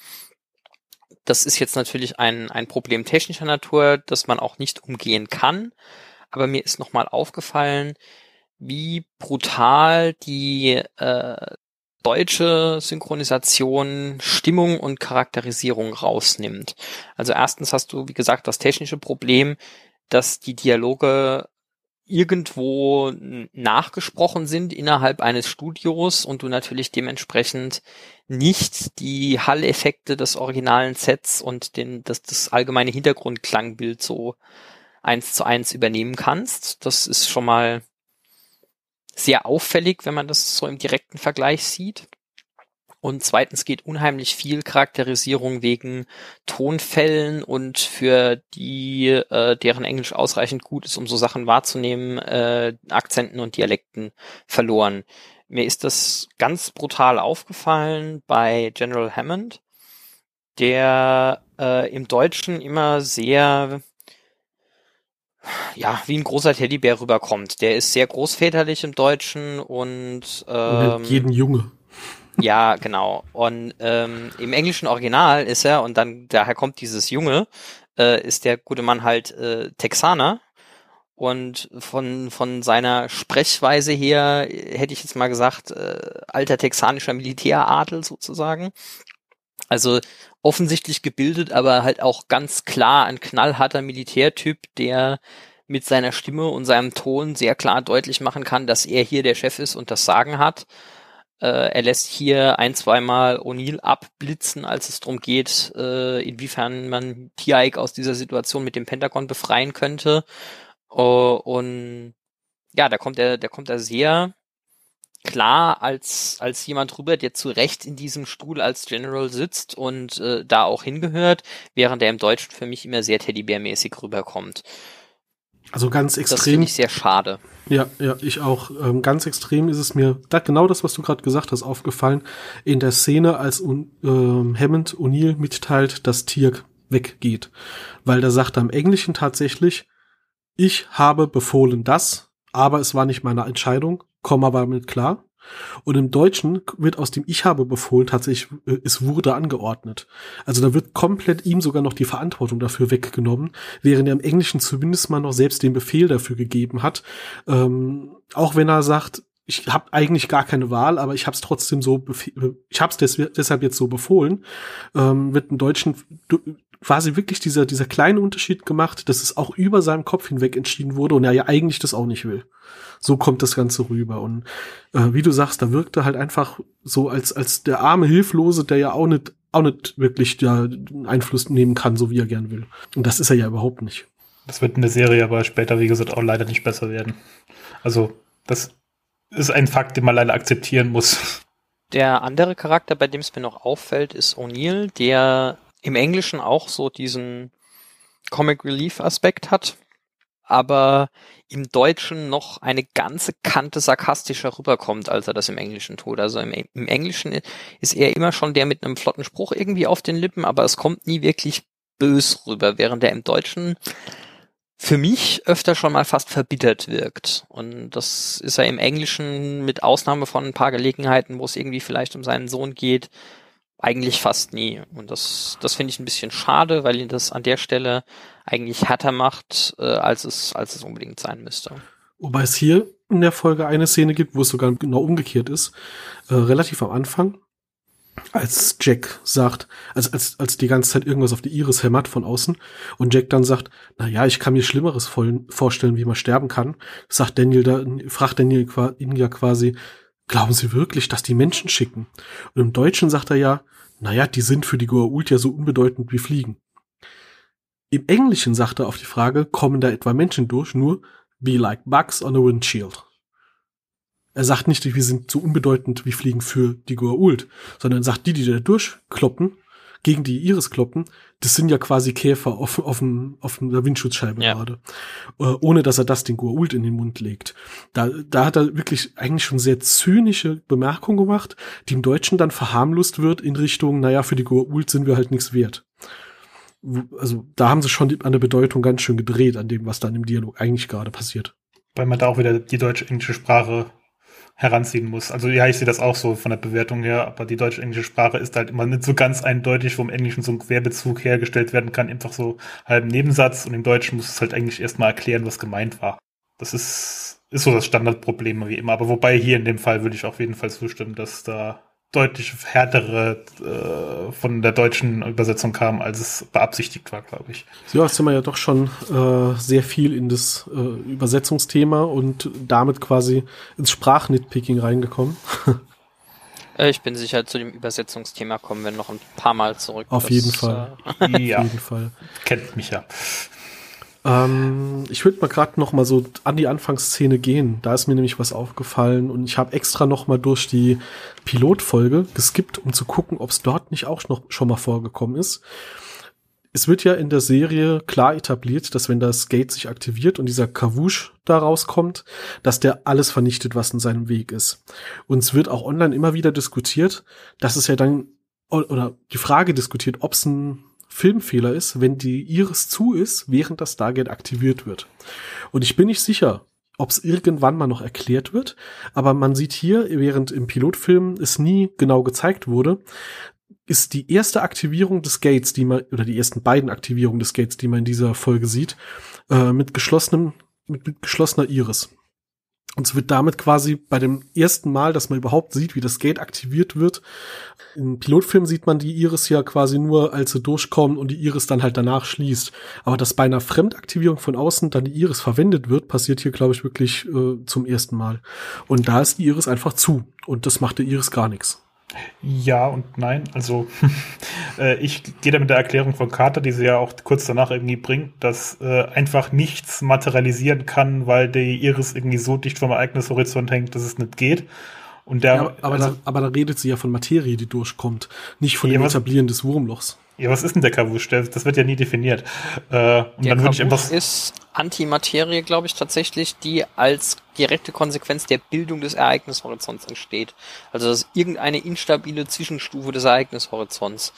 Das ist jetzt natürlich ein, ein Problem technischer Natur, das man auch nicht umgehen kann, aber mir ist nochmal aufgefallen, wie brutal die äh, deutsche Synchronisation Stimmung und Charakterisierung rausnimmt. Also erstens hast du, wie gesagt, das technische Problem, dass die Dialoge irgendwo nachgesprochen sind innerhalb eines Studios und du natürlich dementsprechend nicht die Hall-Effekte des originalen Sets und den, das, das allgemeine Hintergrundklangbild so eins zu eins übernehmen kannst. Das ist schon mal sehr auffällig, wenn man das so im direkten Vergleich sieht. Und zweitens geht unheimlich viel Charakterisierung wegen Tonfällen und für die, äh, deren Englisch ausreichend gut ist, um so Sachen wahrzunehmen, äh, Akzenten und Dialekten verloren. Mir ist das ganz brutal aufgefallen bei General Hammond, der äh, im Deutschen immer sehr ja, wie ein großer Teddybär rüberkommt. Der ist sehr großväterlich im Deutschen und ähm, und jeden Junge. Ja, genau. Und ähm, im englischen Original ist er, und dann daher kommt dieses Junge, äh, ist der gute Mann halt äh, Texaner. Und von von seiner Sprechweise her hätte ich jetzt mal gesagt, äh, alter texanischer Militäradel sozusagen. Also offensichtlich gebildet, aber halt auch ganz klar ein knallharter Militärtyp, der mit seiner Stimme und seinem Ton sehr klar deutlich machen kann, dass er hier der Chef ist und das Sagen hat. Äh, er lässt hier ein, zweimal O'Neill abblitzen, als es darum geht, äh, inwiefern man Tiaik aus dieser Situation mit dem Pentagon befreien könnte. Uh, und ja, da kommt er, da kommt er sehr klar als als jemand rüber, der zu Recht in diesem Stuhl als General sitzt und äh, da auch hingehört, während er im Deutschen für mich immer sehr Teddybär-mäßig rüberkommt. Also ganz extrem. Das finde ich sehr schade. Ja, ja, ich auch. Ähm, ganz extrem ist es mir da genau das, was du gerade gesagt hast, aufgefallen in der Szene, als ähm, Hammond O'Neill mitteilt, dass Tiaik weggeht, weil da sagt er im Englischen tatsächlich: Ich habe befohlen das, aber es war nicht meine Entscheidung, komm aber damit klar. Und im Deutschen wird aus dem Ich habe befohlen tatsächlich, äh, es wurde angeordnet. Also da wird komplett ihm sogar noch die Verantwortung dafür weggenommen, während er im Englischen zumindest mal noch selbst den Befehl dafür gegeben hat. Ähm, auch wenn er sagt, ich habe eigentlich gar keine Wahl, aber ich habe es trotzdem so, befe- ich habe es des- deshalb jetzt so befohlen, ähm, wird im Deutschen quasi wirklich dieser dieser kleine Unterschied gemacht, dass es auch über seinem Kopf hinweg entschieden wurde und er ja eigentlich das auch nicht will. So kommt das Ganze rüber. Und äh, wie du sagst, da wirkt er halt einfach so als als der arme Hilflose, der ja auch nicht auch nicht wirklich ja, Einfluss nehmen kann, so wie er gern will. Und das ist er ja überhaupt nicht. Das wird in der Serie aber später, wie gesagt, auch leider nicht besser werden. Also das ist ein Fakt, den man leider akzeptieren muss. Der andere Charakter, bei dem es mir noch auffällt, ist O'Neill, der im Englischen auch so diesen Comic Relief Aspekt hat, aber im Deutschen noch eine ganze Kante sarkastischer rüberkommt, als er das im Englischen tut. Also im, im Englischen ist er immer schon der mit einem flotten Spruch irgendwie auf den Lippen, aber es kommt nie wirklich bös rüber, während er im Deutschen für mich öfter schon mal fast verbittert wirkt. Und das ist er im Englischen mit Ausnahme von ein paar Gelegenheiten, wo es irgendwie vielleicht um seinen Sohn geht, eigentlich fast nie. Und das, das finde ich ein bisschen schade, weil ihn das an der Stelle eigentlich härter macht, äh, als es, als es unbedingt sein müsste. Wobei es hier in der Folge eine Szene gibt, wo es sogar genau umgekehrt ist. Äh, relativ am Anfang, als Jack sagt, als, als, als die ganze Zeit irgendwas auf die Iris hämmert von außen und Jack dann sagt, na ja, ich kann mir Schlimmeres vorstellen, wie man sterben kann, sagt Daniel da, fragt Daniel ihn ja quasi, glauben Sie wirklich, dass die Menschen schicken? Und im Deutschen sagt er ja, naja, die sind für die Goa'uld ja so unbedeutend wie Fliegen. Im Englischen sagt er auf die Frage, kommen da etwa Menschen durch, nur be like bugs on a windshield. Er sagt nicht, wir sind so unbedeutend wie Fliegen für die Goa'uld, sondern er sagt, die, die da durchkloppen, gegen die Iris kloppen, das sind ja quasi Käfer auf, auf, dem, auf der Windschutzscheibe ja. gerade. Äh, ohne, dass er das den Goa'uld in den Mund legt. Da, da hat er wirklich eigentlich schon sehr zynische Bemerkungen gemacht, die im Deutschen dann verharmlost wird in Richtung, naja, für die Goa'uld sind wir halt nichts wert. Also da haben sie schon an der Bedeutung ganz schön gedreht, an dem, was dann im Dialog eigentlich gerade passiert. Weil man da auch wieder die deutsch-englische Sprache heranziehen muss. Also ja, ich sehe das auch so von der Bewertung her, aber die deutsch-englische Sprache ist halt immer nicht so ganz eindeutig, wo im Englischen so ein Querbezug hergestellt werden kann, einfach so halb Nebensatz, und im Deutschen muss es halt eigentlich erstmal erklären, was gemeint war. Das ist, ist so das Standardproblem wie immer, aber wobei hier in dem Fall würde ich auf jeden Fall zustimmen, dass da deutlich härtere äh, von der deutschen Übersetzung kam, als es beabsichtigt war, glaube ich. Ja, jetzt sind wir ja doch schon äh, sehr viel in das äh, Übersetzungsthema und damit quasi ins Sprachnitpicking reingekommen. Ich bin sicher, zu dem Übersetzungsthema kommen wir noch ein paar Mal zurück. Auf das, jeden Fall. Äh, ja, auf jeden Fall. Kennt mich ja. Ähm, ich würde mal gerade noch mal so an die Anfangsszene gehen. Da ist mir nämlich was aufgefallen und ich habe extra noch mal durch die Pilotfolge geskippt, um zu gucken, ob es dort nicht auch noch schon mal vorgekommen ist. Es wird ja in der Serie klar etabliert, dass wenn das Gate sich aktiviert und dieser Kavoosh da rauskommt, dass der alles vernichtet, was in seinem Weg ist. Und es wird auch online immer wieder diskutiert, dass es ja dann, oder die Frage diskutiert, ob es ein Filmfehler ist, wenn die Iris zu ist, während das Stargate aktiviert wird. Und ich bin nicht sicher, ob es irgendwann mal noch erklärt wird, aber man sieht hier, während im Pilotfilm es nie genau gezeigt wurde, ist die erste Aktivierung des Gates, die man, oder die ersten beiden Aktivierungen des Gates, die man in dieser Folge sieht, äh, mit geschlossenem, mit, mit geschlossener Iris. Und es wird damit quasi bei dem ersten Mal, dass man überhaupt sieht, wie das Gate aktiviert wird. Im Pilotfilm sieht man die Iris ja quasi nur, als sie durchkommen und die Iris dann halt danach schließt. Aber dass bei einer Fremdaktivierung von außen dann die Iris verwendet wird, passiert hier, glaube ich, wirklich äh, zum ersten Mal. Und da ist die Iris einfach zu. Und das macht der Iris gar nichts. Ja und nein. Also äh, ich gehe da mit der Erklärung von Carter, die sie ja auch kurz danach irgendwie bringt, dass äh, einfach nichts materialisieren kann, weil die Iris irgendwie so dicht vom Ereignishorizont hängt, dass es nicht geht. Und der, ja, aber, also, da, aber da redet sie ja von Materie, die durchkommt, nicht von ja, dem was, Etablieren des Wurmlochs. Ja, was ist denn der Kavusch? Das wird ja nie definiert. Äh, und der dann würde ich einfach ist Antimaterie, glaube ich, tatsächlich, die als direkte Konsequenz der Bildung des Ereignishorizonts entsteht. Also das ist irgendeine instabile Zwischenstufe des Ereignishorizonts.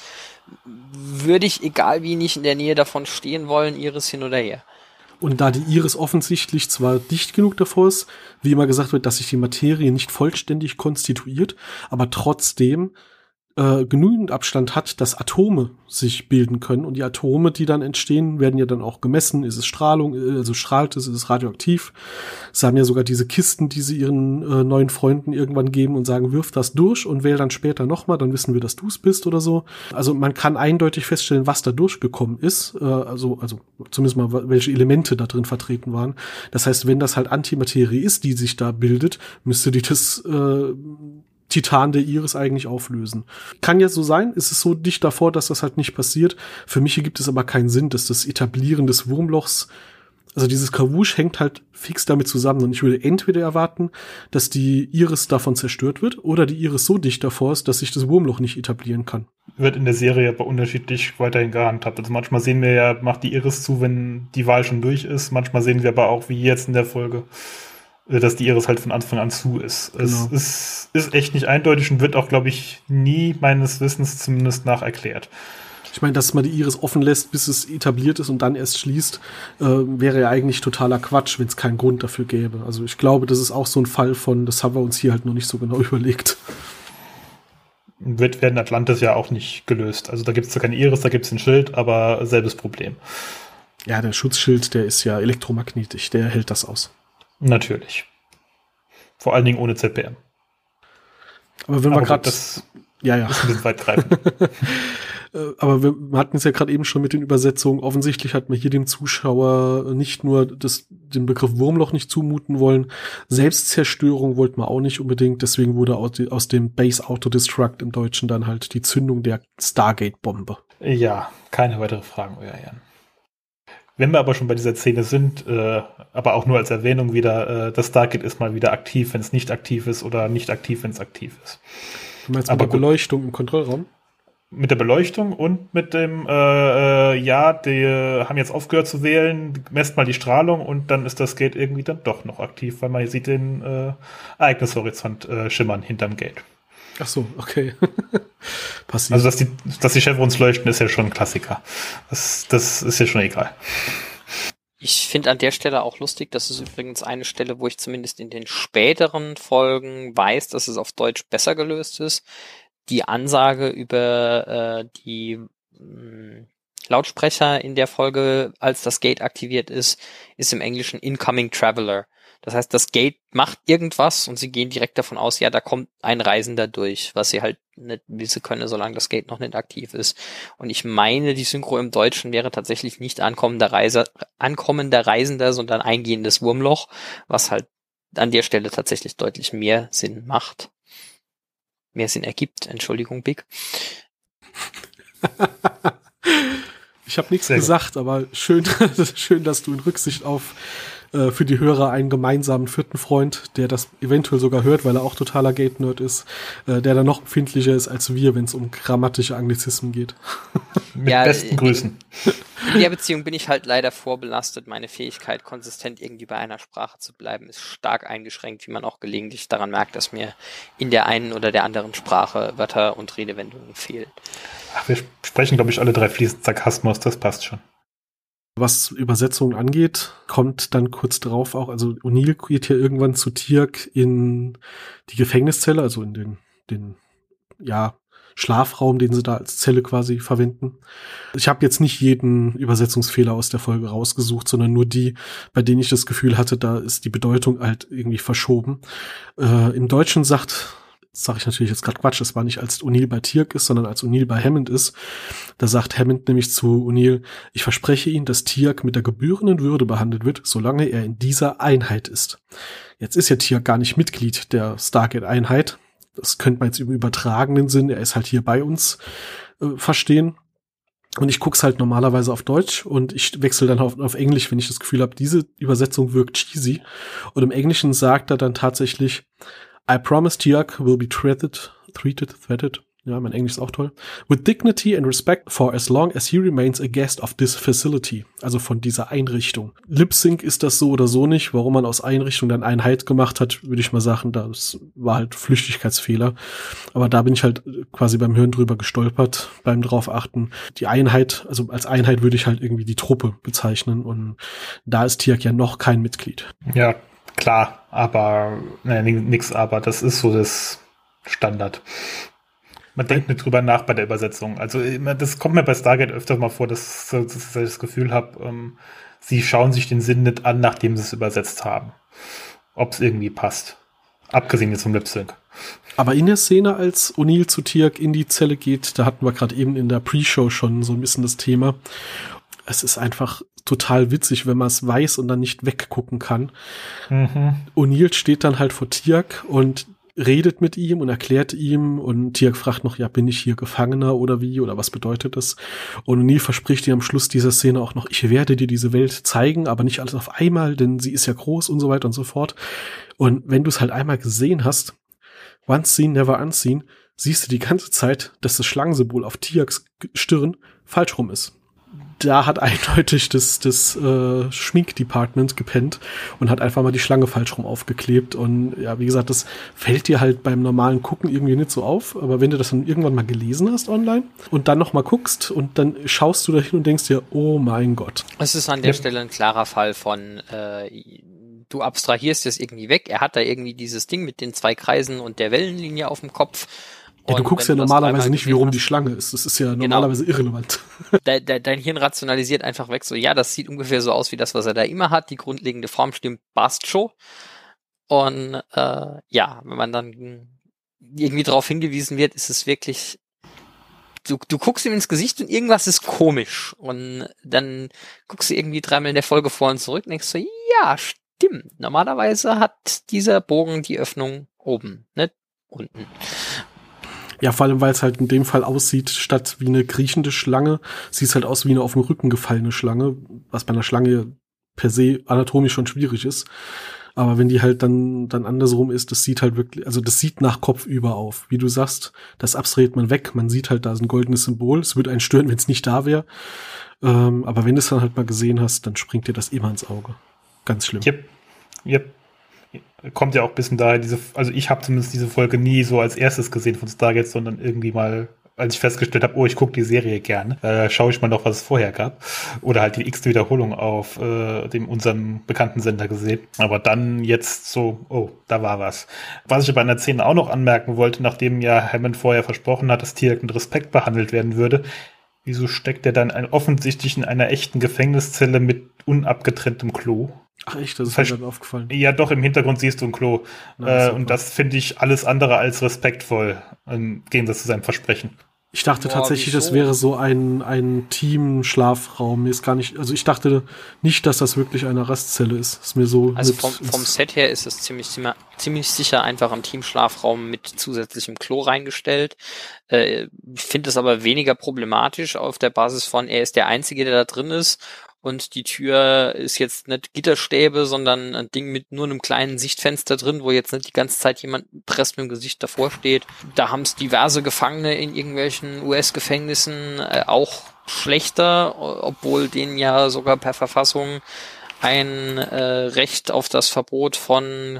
Würde ich, egal wie, nicht in der Nähe davon stehen wollen, Iris hin oder her. Und da die Iris offensichtlich zwar dicht genug davor ist, wie immer gesagt wird, dass sich die Materie nicht vollständig konstituiert, aber trotzdem äh, genügend Abstand hat, dass Atome sich bilden können. Und die Atome, die dann entstehen, werden ja dann auch gemessen. Ist es Strahlung, also strahlt es, ist es radioaktiv? Sie haben ja sogar diese Kisten, die sie ihren äh, neuen Freunden irgendwann geben und sagen, wirf das durch und wähl dann später nochmal, dann wissen wir, dass du es bist oder so. Also man kann eindeutig feststellen, was da durchgekommen ist. Äh, also, also zumindest mal, welche Elemente da drin vertreten waren. Das heißt, wenn das halt Antimaterie ist, die sich da bildet, müsste die das äh, Titan der Iris eigentlich auflösen. Kann ja so sein, ist es so dicht davor, dass das halt nicht passiert. Für mich gibt es aber keinen Sinn, dass das Etablieren des Wurmlochs, also dieses Kavusch hängt halt fix damit zusammen. Und ich würde entweder erwarten, dass die Iris davon zerstört wird oder die Iris so dicht davor ist, dass sich das Wurmloch nicht etablieren kann. Wird in der Serie aber unterschiedlich weiterhin gehandhabt. Also manchmal sehen wir ja, macht die Iris zu, wenn die Wahl schon durch ist. Manchmal sehen wir aber auch, wie jetzt in der Folge, dass die Iris halt von Anfang an zu ist. Genau. Es ist, ist echt nicht eindeutig und wird auch, glaube ich, nie meines Wissens zumindest nach erklärt. Ich meine, dass man die Iris offen lässt, bis es etabliert ist und dann erst schließt, äh, wäre ja eigentlich totaler Quatsch, wenn es keinen Grund dafür gäbe. Also ich glaube, das ist auch so ein Fall von, das haben wir uns hier halt noch nicht so genau überlegt. Wird werden Atlantis ja auch nicht gelöst. Also da gibt es zwar keine Iris, da gibt es ein Schild, aber selbes Problem. Ja, der Schutzschild, der ist ja elektromagnetisch, der hält das aus. Natürlich. Vor allen Dingen ohne Z P M. Aber wenn Aber wir gerade das ja, ja. ist ein bisschen weit greifend. Aber wir hatten es ja gerade eben schon mit den Übersetzungen. Offensichtlich hat man hier dem Zuschauer nicht nur das, den Begriff Wurmloch nicht zumuten wollen, Selbstzerstörung wollte man auch nicht unbedingt. Deswegen wurde aus dem Base Autodestruct im Deutschen dann halt die Zündung der Stargate-Bombe. Ja, keine weitere Fragen, euer Herrn. Wenn wir aber schon bei dieser Szene sind, äh, aber auch nur als Erwähnung wieder, äh, das Stargate ist mal wieder aktiv, wenn es nicht aktiv ist oder nicht aktiv, wenn es aktiv ist. Du meinst mit aber der Beleuchtung im Kontrollraum? Mit der Beleuchtung und mit dem, äh, äh, ja, die haben jetzt aufgehört zu wählen, messt mal die Strahlung und dann ist das Gate irgendwie dann doch noch aktiv, weil man sieht den äh, Ereignishorizont äh, schimmern hinterm Gate. Ach so, okay. Passiert. Also, dass die, dass die Chevrons leuchten, ist ja schon ein Klassiker. Das, das ist ja schon egal. Ich finde an der Stelle auch lustig, das ist übrigens eine Stelle, wo ich zumindest in den späteren Folgen weiß, dass es auf Deutsch besser gelöst ist. Die Ansage über äh, die mh, Lautsprecher in der Folge, als das Gate aktiviert ist, ist im Englischen Incoming Traveler. Das heißt, das Gate macht irgendwas und sie gehen direkt davon aus, ja, da kommt ein Reisender durch, was sie halt nicht wissen können, solange das Gate noch nicht aktiv ist. Und ich meine, die Synchro im Deutschen wäre tatsächlich nicht ankommender Reiser, ankommender Reisender, sondern eingehendes Wurmloch, was halt an der Stelle tatsächlich deutlich mehr Sinn macht. Mehr Sinn ergibt. Entschuldigung, Big. Ich habe nichts gesagt, aber schön, schön, dass du in Rücksicht auf äh, für die Hörer einen gemeinsamen vierten Freund, der das eventuell sogar hört, weil er auch totaler Gate-Nerd ist, äh, der dann noch empfindlicher ist als wir, wenn es um grammatische Anglizismen geht. Mit ja, besten Grüßen. In der Beziehung bin ich halt leider vorbelastet. Meine Fähigkeit, konsistent irgendwie bei einer Sprache zu bleiben, ist stark eingeschränkt, wie man auch gelegentlich daran merkt, dass mir in der einen oder der anderen Sprache Wörter und Redewendungen fehlen. Ach, wir sprechen, glaube ich, alle drei fließend Sarkasmus, das passt schon. Was Übersetzungen angeht, kommt dann kurz drauf auch, also O'Neill geht hier irgendwann zu Teal'c in die Gefängniszelle, also in den, den, ja, Schlafraum, den sie da als Zelle quasi verwenden. Ich habe jetzt nicht jeden Übersetzungsfehler aus der Folge rausgesucht, sondern nur die, bei denen ich das Gefühl hatte, da ist die Bedeutung halt irgendwie verschoben. Äh, im Deutschen sagt, sage ich natürlich jetzt gerade Quatsch, das war nicht als O'Neill bei Teal'c ist, sondern als O'Neill bei Hammond ist. Da sagt Hammond nämlich zu O'Neill, ich verspreche Ihnen, dass Teal'c mit der gebührenden Würde behandelt wird, solange er in dieser Einheit ist. Jetzt ist ja Teal'c gar nicht Mitglied der Stargate-Einheit. Das könnte man jetzt im übertragenen Sinn, er ist halt hier bei uns, äh, verstehen. Und ich guck's halt normalerweise auf Deutsch und ich wechsle dann auf, auf Englisch, wenn ich das Gefühl habe, diese Übersetzung wirkt cheesy. Und im Englischen sagt er dann tatsächlich, I promise Teal'c will be treated, treated, threated, ja, mein Englisch ist auch toll, with dignity and respect for as long as he remains a guest of this facility, also von dieser Einrichtung. Lip-Sync ist das so oder so nicht, warum man aus Einrichtung dann Einheit gemacht hat, würde ich mal sagen, das war halt Flüchtigkeitsfehler, aber da bin ich halt quasi beim Hören drüber gestolpert, beim drauf achten. Die Einheit, also als Einheit würde ich halt irgendwie die Truppe bezeichnen und da ist Teal'c ja noch kein Mitglied. Ja, klar, aber, ne, nix aber, das ist so das Standard. Man denkt nicht drüber nach bei der Übersetzung. Also das kommt mir bei Stargate öfter mal vor, dass, dass ich das Gefühl habe, ähm, sie schauen sich den Sinn nicht an, nachdem sie es übersetzt haben. Ob es irgendwie passt. Abgesehen jetzt vom Lip-Sync. Aber in der Szene, als O'Neill zu Teal'c in die Zelle geht, da hatten wir gerade eben in der Pre-Show schon so ein bisschen das Thema. Es ist einfach total witzig, wenn man es weiß und dann nicht weggucken kann. Mhm. O'Neill steht dann halt vor Teal'c und redet mit ihm und erklärt ihm und Teal'c fragt noch, ja, bin ich hier Gefangener oder wie oder was bedeutet das? Und O'Neill verspricht ihr am Schluss dieser Szene auch noch, ich werde dir diese Welt zeigen, aber nicht alles auf einmal, denn sie ist ja groß und so weiter und so fort. Und wenn du es halt einmal gesehen hast, once seen, never unseen, siehst du die ganze Zeit, dass das Schlangensymbol auf Teal'cs Stirn falsch rum ist. Da hat eindeutig das, das äh, Schminkdepartment gepennt und hat einfach mal die Schlange falsch rum aufgeklebt. Und ja, wie gesagt, das fällt dir halt beim normalen Gucken irgendwie nicht so auf. Aber wenn du das dann irgendwann mal gelesen hast online und dann noch mal guckst und dann schaust du da hin und denkst dir, oh mein Gott. Es ist an der ja. Stelle ein klarer Fall von äh, du abstrahierst es irgendwie weg. Er hat da irgendwie dieses Ding mit den zwei Kreisen und der Wellenlinie auf dem Kopf. Ja, du guckst ja normalerweise nicht, wie rum die Schlange ist. Das ist ja normalerweise genau. irrelevant. De, de, dein Hirn rationalisiert einfach weg so, ja, das sieht ungefähr so aus wie das, was er da immer hat. Die grundlegende Form stimmt, passt schon. Und äh, ja, wenn man dann irgendwie darauf hingewiesen wird, ist es wirklich, du, du guckst ihm ins Gesicht und irgendwas ist komisch. Und dann guckst du irgendwie dreimal in der Folge vor und zurück und denkst so, ja, stimmt. Normalerweise hat dieser Bogen die Öffnung oben, nicht unten. Ja, vor allem, weil es halt in dem Fall aussieht, statt wie eine kriechende Schlange, sieht es halt aus wie eine auf den Rücken gefallene Schlange, was bei einer Schlange per se anatomisch schon schwierig ist. Aber wenn die halt dann dann andersrum ist, das sieht halt wirklich, also das sieht nach Kopf über auf. Wie du sagst, das abstrahiert man weg. Man sieht halt, da ist ein goldenes Symbol. Es würde einen stören, wenn es nicht da wäre. Ähm, aber wenn du es dann halt mal gesehen hast, dann springt dir das immer ins Auge. Ganz schlimm. Yep. Yep. Kommt ja auch ein bisschen daher, diese, also ich habe zumindest diese Folge nie so als erstes gesehen von Stargate, sondern irgendwie mal, als ich festgestellt habe, oh, ich gucke die Serie gerne, äh, schaue ich mal noch, was es vorher gab. Oder halt die x-te Wiederholung auf äh, dem unserem bekannten Sender gesehen. Aber dann jetzt so, oh, da war was. Was ich aber in der Szene auch noch anmerken wollte, nachdem ja Hammond vorher versprochen hat, dass Teal'c mit Respekt behandelt werden würde, wieso steckt er dann ein, offensichtlich in einer echten Gefängniszelle mit unabgetrenntem Klo? Ach echt, das ist mir dann aufgefallen. Ja, doch, im Hintergrund siehst du ein Klo. Na, äh, und das finde ich alles andere als respektvoll im Gegensatz zu seinem Versprechen. Ich dachte Boah, tatsächlich, wieso? das wäre so ein, ein Team-Schlafraum. Mir ist gar nicht, also ich dachte nicht, dass das wirklich eine Rastzelle ist. Ist mir so. Also vom, vom Set her ist es ziemlich, ziemlich sicher einfach im Teamschlafraum mit zusätzlichem Klo reingestellt. Äh, ich finde es aber weniger problematisch auf der Basis von, er ist der Einzige, der da drin ist. Und die Tür ist jetzt nicht Gitterstäbe, sondern ein Ding mit nur einem kleinen Sichtfenster drin, wo jetzt nicht die ganze Zeit jemand presst mit dem Gesicht davor steht. Da haben es diverse Gefangene in irgendwelchen U S-Gefängnissen äh, auch schlechter, obwohl denen ja sogar per Verfassung ein äh, Recht auf das Verbot von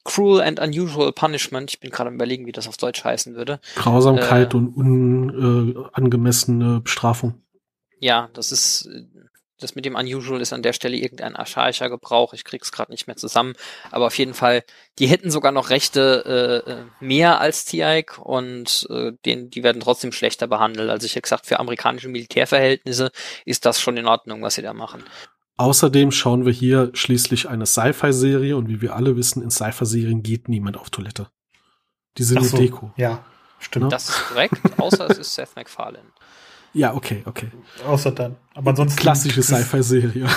Cruel and Unusual Punishment. Ich bin gerade am Überlegen, wie das auf Deutsch heißen würde. Grausamkeit äh, und unangemessene äh, Bestrafung. Ja, das ist, das mit dem Unusual ist an der Stelle irgendein archaischer Gebrauch. Ich krieg's gerade nicht mehr zusammen. Aber auf jeden Fall, die hätten sogar noch Rechte äh, mehr als Tiaik und äh, den, die werden trotzdem schlechter behandelt. Also ich hätte gesagt, für amerikanische Militärverhältnisse ist das schon in Ordnung, was sie da machen. Außerdem schauen wir hier schließlich eine Sci-Fi-Serie und wie wir alle wissen, in Sci-Fi-Serien geht niemand auf Toilette. Die sind nur so, Deko. Ja, stimmt. Ja? Das ist korrekt, außer es ist Seth MacFarlane. Ja, okay, okay. Außer dann. Aber ansonsten. Klassische Sci-Fi-Serie.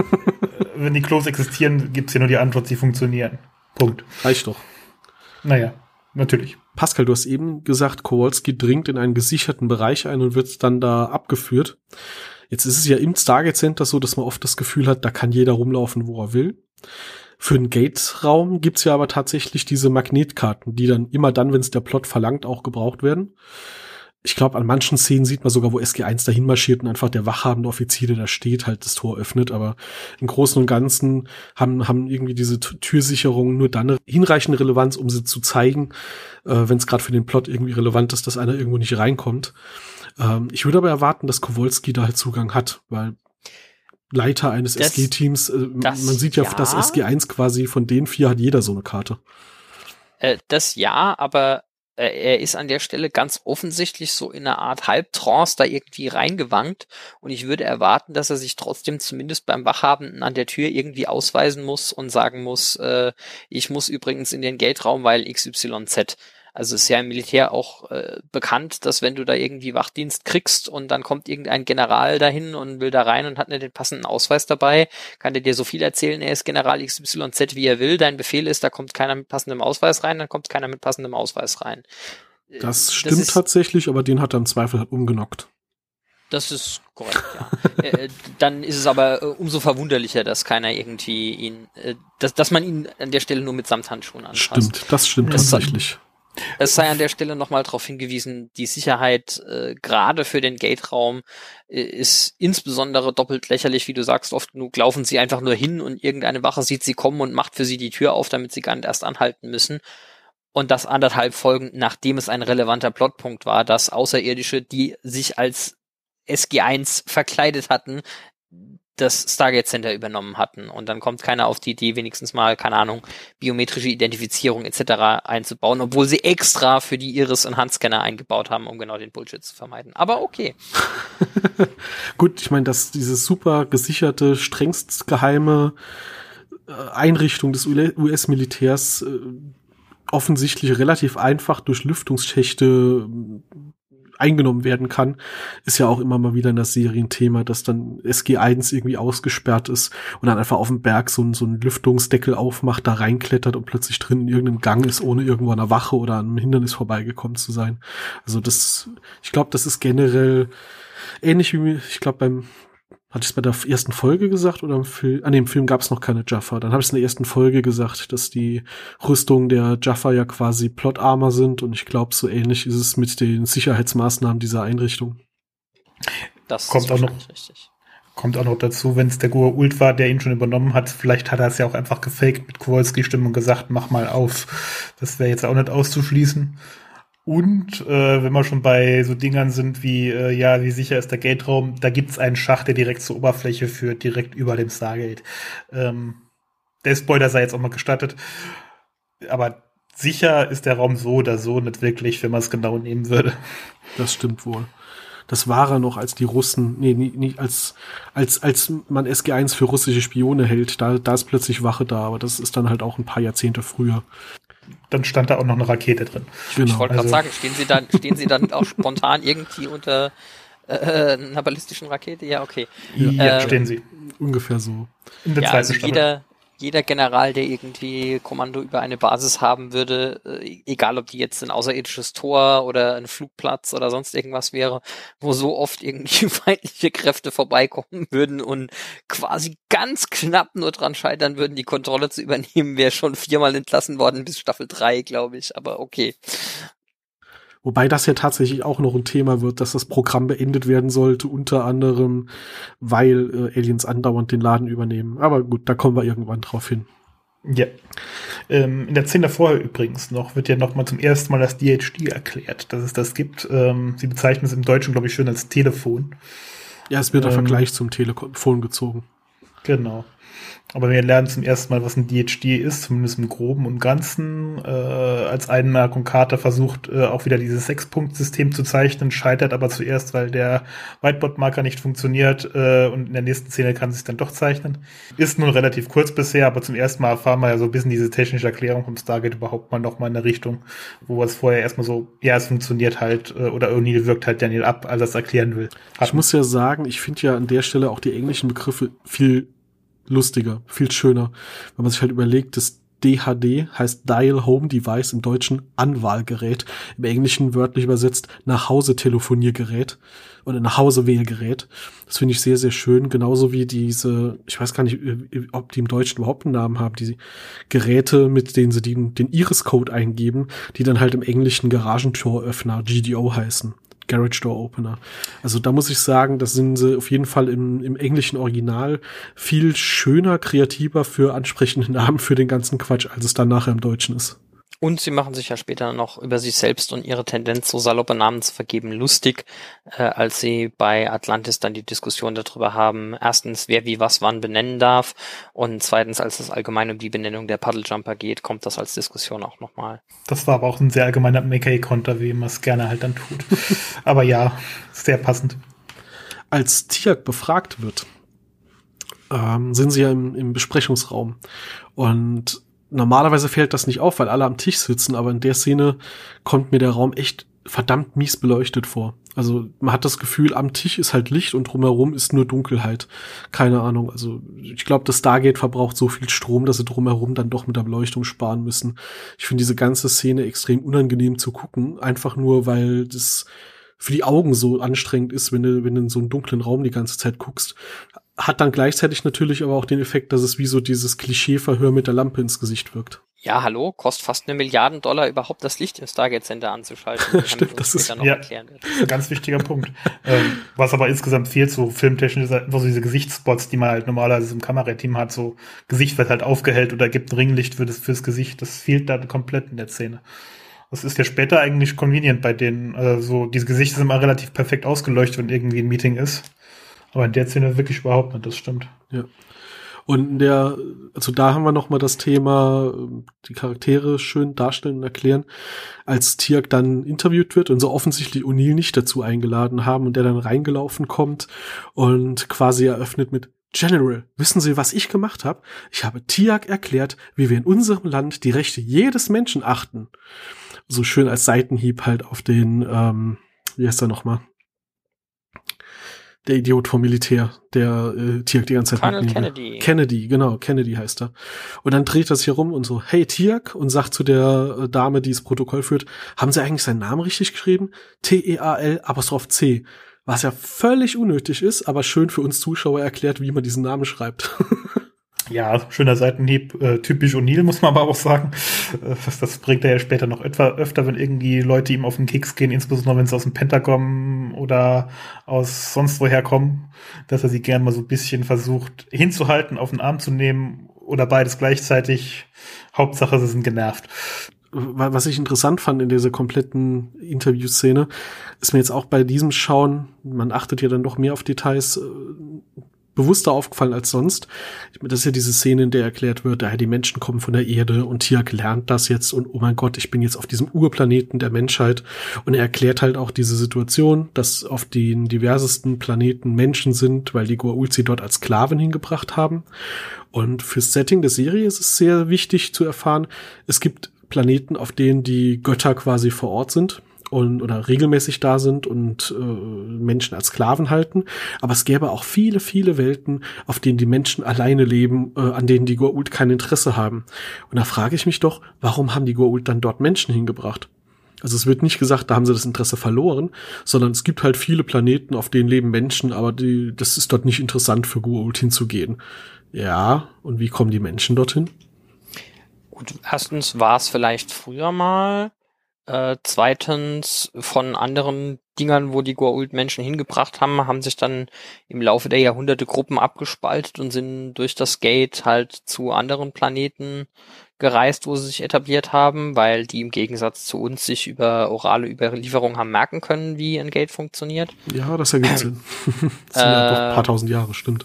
Wenn die Klos existieren, gibt's hier nur die Antwort, sie funktionieren. Punkt. Reicht doch. Naja, natürlich. Pascal, du hast eben gesagt, Kowalski dringt in einen gesicherten Bereich ein und wird dann da abgeführt. Jetzt ist es ja im Stargate Center so, dass man oft das Gefühl hat, da kann jeder rumlaufen, wo er will. Für den Gate-Raum gibt's ja aber tatsächlich diese Magnetkarten, die dann immer dann, wenn es der Plot verlangt, auch gebraucht werden. Ich glaube, an manchen Szenen sieht man sogar, wo S G eins dahin marschiert und einfach der wachhabende Offizier, der da steht, halt das Tor öffnet. Aber im Großen und Ganzen haben, haben irgendwie diese T- Türsicherungen nur dann hinreichende Relevanz, um sie zu zeigen, äh, wenn es gerade für den Plot irgendwie relevant ist, dass einer irgendwo nicht reinkommt. Ähm, ich würde aber erwarten, dass Kowalski da halt Zugang hat, weil Leiter eines das, S G-Teams, äh, man sieht ja, ja, dass S G eins quasi von den vier hat jeder so eine Karte. Äh, das ja, aber er ist an der Stelle ganz offensichtlich so in einer Art Halbtrance da irgendwie reingewankt und ich würde erwarten, dass er sich trotzdem zumindest beim Wachhabenden an der Tür irgendwie ausweisen muss und sagen muss, äh, ich muss übrigens in den Gate-Raum, weil X Y Z. Also ist ja im Militär auch äh, bekannt, dass wenn du da irgendwie Wachdienst kriegst und dann kommt irgendein General dahin und will da rein und hat nicht den passenden Ausweis dabei, kann der dir so viel erzählen, er ist General X Y Z, wie er will, dein Befehl ist, da kommt keiner mit passendem Ausweis rein, dann kommt keiner mit passendem Ausweis rein. Das stimmt das ist, tatsächlich, aber den hat er im Zweifel halt umgenockt. Das ist korrekt, ja. äh, dann ist es aber äh, umso verwunderlicher, dass keiner irgendwie ihn, äh, dass, dass man ihn an der Stelle nur mit Samthandschuhen anfasst. Stimmt, das stimmt das tatsächlich. Es sei an der Stelle nochmal darauf hingewiesen, die Sicherheit äh, gerade für den Gate-Raum äh, ist insbesondere doppelt lächerlich, wie du sagst, oft genug laufen sie einfach nur hin und irgendeine Wache sieht sie kommen und macht für sie die Tür auf, damit sie gar nicht erst anhalten müssen. Und das anderthalb Folgen, nachdem es ein relevanter Plotpunkt war, dass Außerirdische, die sich als S G eins verkleidet hatten, das Stargate Center übernommen hatten. Und dann kommt keiner auf die Idee, wenigstens mal, keine Ahnung, biometrische Identifizierung et cetera einzubauen, obwohl sie extra für die Iris- und Handscanner eingebaut haben, um genau den Bullshit zu vermeiden. Aber okay. Gut, ich meine, dass diese super gesicherte, strengst geheime Einrichtung des U S-Militärs äh, offensichtlich relativ einfach durch Lüftungsschächte eingenommen werden kann, ist ja auch immer mal wieder in der Serie ein Thema, dass dann S G eins irgendwie ausgesperrt ist und dann einfach auf dem Berg so ein, so ein Lüftungsdeckel aufmacht, da reinklettert und plötzlich drin in irgendeinem Gang ist, ohne irgendwo an einer Wache oder an einem Hindernis vorbeigekommen zu sein. Also das, ich glaube, das ist generell ähnlich wie, ich glaube, beim hatte ich es bei der ersten Folge gesagt oder im Film? An dem Film gab es noch keine Jaffa. Dann habe ich es in der ersten Folge gesagt, dass die Rüstungen der Jaffa ja quasi Plot-Armor sind und ich glaube, so ähnlich ist es mit den Sicherheitsmaßnahmen dieser Einrichtung. Das kommt ist auch noch richtig. Kommt auch noch dazu, wenn es der Goa'uld war, der ihn schon übernommen hat, vielleicht hat er es ja auch einfach gefaked mit Kowalski-Stimme und gesagt, mach mal auf. Das wäre jetzt auch nicht auszuschließen. Und äh, wenn wir schon bei so Dingern sind wie, äh, ja, wie sicher ist der Gate-Raum, da gibt's einen Schacht, der direkt zur Oberfläche führt, direkt über dem Stargate. Ähm, der Spoiler sei jetzt auch mal gestattet. Aber sicher ist der Raum so oder so nicht wirklich, wenn man es genau nehmen würde. Das stimmt wohl. Das war er noch, als die Russen, nee, nie, nie, als, als, als man S G eins für russische Spione hält, da, da ist plötzlich Wache da, aber das ist dann halt auch ein paar Jahrzehnte früher. Dann stand da auch noch eine Rakete drin. Genau. Ich wollte gerade also sagen, stehen Sie dann, stehen Sie dann auch spontan irgendwie unter äh, einer ballistischen Rakete? Ja, okay. Ja, ähm, stehen Sie. Ungefähr so. In der ja, zweiten also Staffel. Jeder, jeder General, der irgendwie Kommando über eine Basis haben würde, äh, egal ob die jetzt ein außerirdisches Tor oder ein Flugplatz oder sonst irgendwas wäre, wo so oft irgendwie feindliche Kräfte vorbeikommen würden und quasi ganz knapp nur dran scheitern würden, die Kontrolle zu übernehmen, wäre schon viermal entlassen worden bis Staffel drei, glaube ich, aber okay. Wobei das ja tatsächlich auch noch ein Thema wird, dass das Programm beendet werden sollte, unter anderem, weil äh, Aliens andauernd den Laden übernehmen. Aber gut, da kommen wir irgendwann drauf hin. Ja. Ähm, in der Szene vorher übrigens noch wird ja noch mal zum ersten Mal das D H D erklärt, dass es das gibt. Ähm, sie bezeichnen es im Deutschen, glaube ich, schön als Telefon. Ja, es wird der ähm, Vergleich zum Telefon gezogen. Genau. Aber wir lernen zum ersten Mal, was ein D H D ist, zumindest im Groben und Ganzen. Äh, als Einmerkung, Carter versucht äh, auch wieder dieses Sechs-Punkt-System zu zeichnen, scheitert aber zuerst, weil der Whiteboard-Marker nicht funktioniert äh, und in der nächsten Szene kann es sich dann doch zeichnen. Ist nun relativ kurz bisher, aber zum ersten Mal erfahren wir ja so ein bisschen diese technische Erklärung vom Stargate überhaupt mal noch mal in eine Richtung, wo es vorher erstmal so, ja, es funktioniert halt, äh, oder O'Neill wirkt halt Daniel ab, als er es erklären will. Hatten. Ich muss ja sagen, ich finde ja an der Stelle auch die englischen Begriffe viel lustiger, viel schöner, wenn man sich halt überlegt, das D H D heißt Dial Home Device, im Deutschen Anwahlgerät, im Englischen wörtlich übersetzt Nach-Hause-Telefoniergerät oder Nach-Hause-Wählgerät. Das finde ich sehr, sehr schön, genauso wie diese, ich weiß gar nicht, ob die im Deutschen überhaupt einen Namen haben, diese Geräte, mit denen sie den, den Iris-Code eingeben, die dann halt im Englischen Garagentoröffner, G D O heißen. Garage Door Opener. Also da muss ich sagen, das sind sie auf jeden Fall im, im englischen Original viel schöner, kreativer für ansprechende Namen für den ganzen Quatsch, als es dann nachher im Deutschen ist. Und sie machen sich ja später noch über sich selbst und ihre Tendenz, so saloppe Namen zu vergeben, lustig, äh, als sie bei Atlantis dann die Diskussion darüber haben, erstens, wer wie was wann benennen darf und zweitens, als es allgemein um die Benennung der Puddle-Jumper geht, kommt das als Diskussion auch nochmal. Das war aber auch ein sehr allgemeiner McKay-Konter, wie man es gerne halt dann tut. Aber ja, sehr passend. Als Tiag befragt wird, ähm, sind sie ja im, im Besprechungsraum und normalerweise fällt das nicht auf, weil alle am Tisch sitzen, aber in der Szene kommt mir der Raum echt verdammt mies beleuchtet vor. Also man hat das Gefühl, am Tisch ist halt Licht und drumherum ist nur Dunkelheit. Keine Ahnung, also ich glaube, das Stargate verbraucht so viel Strom, dass sie drumherum dann doch mit der Beleuchtung sparen müssen. Ich finde diese ganze Szene extrem unangenehm zu gucken, einfach nur, weil das für die Augen so anstrengend ist, wenn du, wenn du in so einen dunklen Raum die ganze Zeit guckst. Hat dann gleichzeitig natürlich aber auch den Effekt, dass es wie so dieses Klischee-Verhör mit der Lampe ins Gesicht wirkt. Ja, hallo, kostet fast eine Milliarden Dollar überhaupt das Licht im Stargate Center anzuschalten. Stimmt, das ist noch ja, erklären wird. Ein ganz wichtiger Punkt. ähm, was aber insgesamt fehlt, so filmtechnisch, ist halt einfach so diese Gesichtsspots, die man halt normalerweise im Kamerateam hat, so Gesicht wird halt aufgehellt oder gibt ein Ringlicht für das, fürs Gesicht, das fehlt da komplett in der Szene. Das ist ja später eigentlich convenient bei denen, also so, diese Gesichter sind immer relativ perfekt ausgeleuchtet, wenn irgendwie ein Meeting ist. Aber in der Szene wirklich überhaupt nicht, das stimmt. Ja. Und in der, also da haben wir noch mal das Thema, die Charaktere schön darstellen und erklären, als Tiag dann interviewt wird und so offensichtlich O'Neill nicht dazu eingeladen haben und der dann reingelaufen kommt und quasi eröffnet mit: General, wissen Sie, was ich gemacht habe? Ich habe Tiag erklärt, wie wir in unserem Land die Rechte jedes Menschen achten. So schön als Seitenhieb halt auf den, ähm, wie heißt er noch mal? Der Idiot vom Militär, der äh, Tiag die ganze Zeit Colonel mitnehmen. Kennedy. Kennedy, genau, Kennedy heißt er. Und dann dreht er sich herum und so, hey Tiag, und sagt zu der äh, Dame, die das Protokoll führt, haben Sie eigentlich seinen Namen richtig geschrieben? T E A L Apostroph C. Was ja völlig unnötig ist, aber schön für uns Zuschauer erklärt, wie man diesen Namen schreibt. Ja, schöner Seitenhieb, äh, typisch O'Neill, muss man aber auch sagen. Äh, das, das bringt er ja später noch etwa öfter, wenn irgendwie Leute ihm auf den Keks gehen, insbesondere wenn sie aus dem Pentagon oder aus sonst woher kommen, dass er sie gern mal so ein bisschen versucht hinzuhalten, auf den Arm zu nehmen oder beides gleichzeitig. Hauptsache, sie sind genervt. Was ich interessant fand in dieser kompletten Interviewszene, ist mir jetzt auch bei diesem Schauen, man achtet ja dann doch mehr auf Details, äh, bewusster aufgefallen als sonst. Das ist ja diese Szene, in der erklärt wird, ja, die Menschen kommen von der Erde und Tiag lernt das jetzt und oh mein Gott, ich bin jetzt auf diesem Urplaneten der Menschheit, und er erklärt halt auch diese Situation, dass auf den diversesten Planeten Menschen sind, weil die Goa'uld sie dort als Sklaven hingebracht haben. Und fürs Setting der Serie ist es sehr wichtig zu erfahren, es gibt Planeten, auf denen die Götter quasi vor Ort sind und oder regelmäßig da sind und äh, Menschen als Sklaven halten. Aber es gäbe auch viele, viele Welten, auf denen die Menschen alleine leben, äh, an denen die Goa'uld kein Interesse haben. Und da frage ich mich doch, warum haben die Goa'uld dann dort Menschen hingebracht? Also es wird nicht gesagt, da haben sie das Interesse verloren, sondern es gibt halt viele Planeten, auf denen leben Menschen, aber die, das ist dort nicht interessant für Goa'uld hinzugehen. Ja, und wie kommen die Menschen dorthin? Gut, erstens war es vielleicht früher mal, Äh, zweitens, von anderen Dingern, wo die Goa'uld Menschen hingebracht haben, haben sich dann im Laufe der Jahrhunderte Gruppen abgespaltet und sind durch das Gate halt zu anderen Planeten gereist, wo sie sich etabliert haben, weil die im Gegensatz zu uns sich über orale Überlieferung haben merken können, wie ein Gate funktioniert. Ja, das ergibt Sinn. Das sind ja doch ein paar tausend Jahre, stimmt.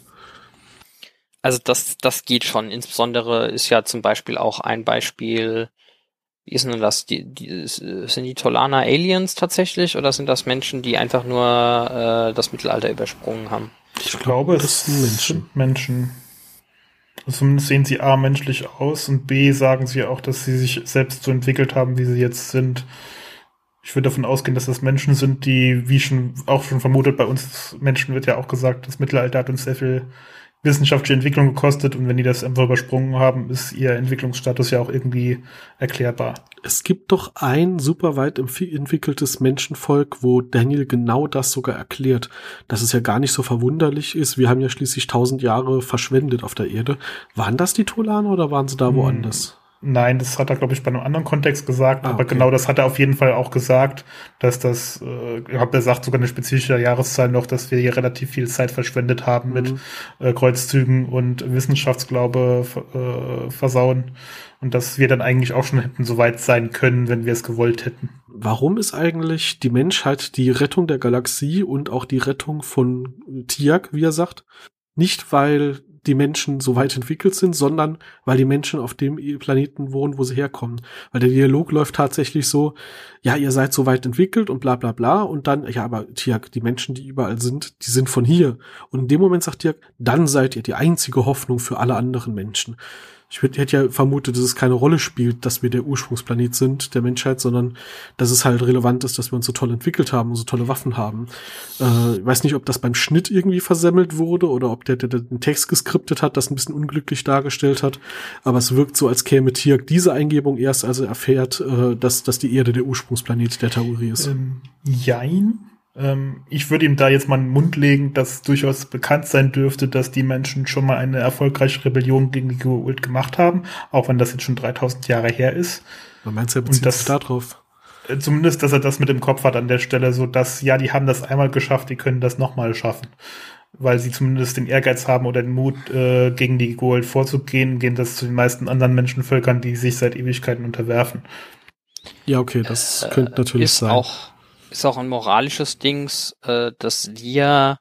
Also das, das geht schon. Insbesondere ist ja zum Beispiel auch ein Beispiel, wie ist denn das? Die, die, sind die Tolaner Aliens tatsächlich oder sind das Menschen, die einfach nur äh, das Mittelalter übersprungen haben? Ich, ich glaube, es sind Menschen. Menschen. Zumindest sehen sie A, menschlich aus und B, sagen sie auch, dass sie sich selbst so entwickelt haben, wie sie jetzt sind. Ich würde davon ausgehen, dass das Menschen sind, die, wie schon auch schon vermutet, bei uns Menschen wird ja auch gesagt, das Mittelalter hat uns sehr viel wissenschaftliche Entwicklung gekostet und wenn die das einfach übersprungen haben, ist ihr Entwicklungsstatus ja auch irgendwie erklärbar. Es gibt doch ein super weit entwickeltes Menschenvolk, wo Daniel genau das sogar erklärt, dass es ja gar nicht so verwunderlich ist. Wir haben ja schließlich tausend Jahre verschwendet auf der Erde. Waren das die Tolaner oder waren sie da woanders? Hm. Nein, das hat er, glaube ich, bei einem anderen Kontext gesagt, ah, aber okay. Genau das hat er auf jeden Fall auch gesagt, dass das, äh, ich habe gesagt, sogar eine spezifische Jahreszahl noch, dass wir hier relativ viel Zeit verschwendet haben mhm. mit äh, Kreuzzügen und Wissenschaftsglaube äh, versauen und dass wir dann eigentlich auch schon hätten so weit sein können, wenn wir es gewollt hätten. Warum ist eigentlich die Menschheit die Rettung der Galaxie und auch die Rettung von Tiak, wie er sagt? Nicht, weil die Menschen so weit entwickelt sind, sondern weil die Menschen auf dem Planeten wohnen, wo sie herkommen. Weil der Dialog läuft tatsächlich so, ja, ihr seid so weit entwickelt und bla bla bla und dann, ja, aber Tiak, die Menschen, die überall sind, die sind von hier. Und in dem Moment sagt Tiak, dann seid ihr die einzige Hoffnung für alle anderen Menschen. Ich hätte ja vermutet, dass es keine Rolle spielt, dass wir der Ursprungsplanet sind, der Menschheit, sondern dass es halt relevant ist, dass wir uns so toll entwickelt haben und so tolle Waffen haben. Äh, ich weiß nicht, ob das beim Schnitt irgendwie versemmelt wurde oder ob der, der den Text geskriptet hat, das ein bisschen unglücklich dargestellt hat. Aber es wirkt so, als käme Tiak diese Eingebung erst, als er erfährt, äh, dass, dass die Erde der Ursprungsplanet der Tauri ist. Ähm, jein. Ich würde ihm da jetzt mal in den Mund legen, dass durchaus bekannt sein dürfte, dass die Menschen schon mal eine erfolgreiche Rebellion gegen die Goa'uld gemacht haben, auch wenn das jetzt schon dreitausend Jahre her ist. Man meint, er bezieht sich da drauf. Zumindest, dass er das mit im Kopf hat an der Stelle, so dass, ja, die haben das einmal geschafft, die können das nochmal schaffen. Weil sie zumindest den Ehrgeiz haben oder den Mut, äh, gegen die Goa'uld vorzugehen, gehen das zu den meisten anderen Menschenvölkern, die sich seit Ewigkeiten unterwerfen. Ja, okay, das äh, könnte natürlich ist sein. Auch Ist auch ein moralisches Dings, äh, dass wir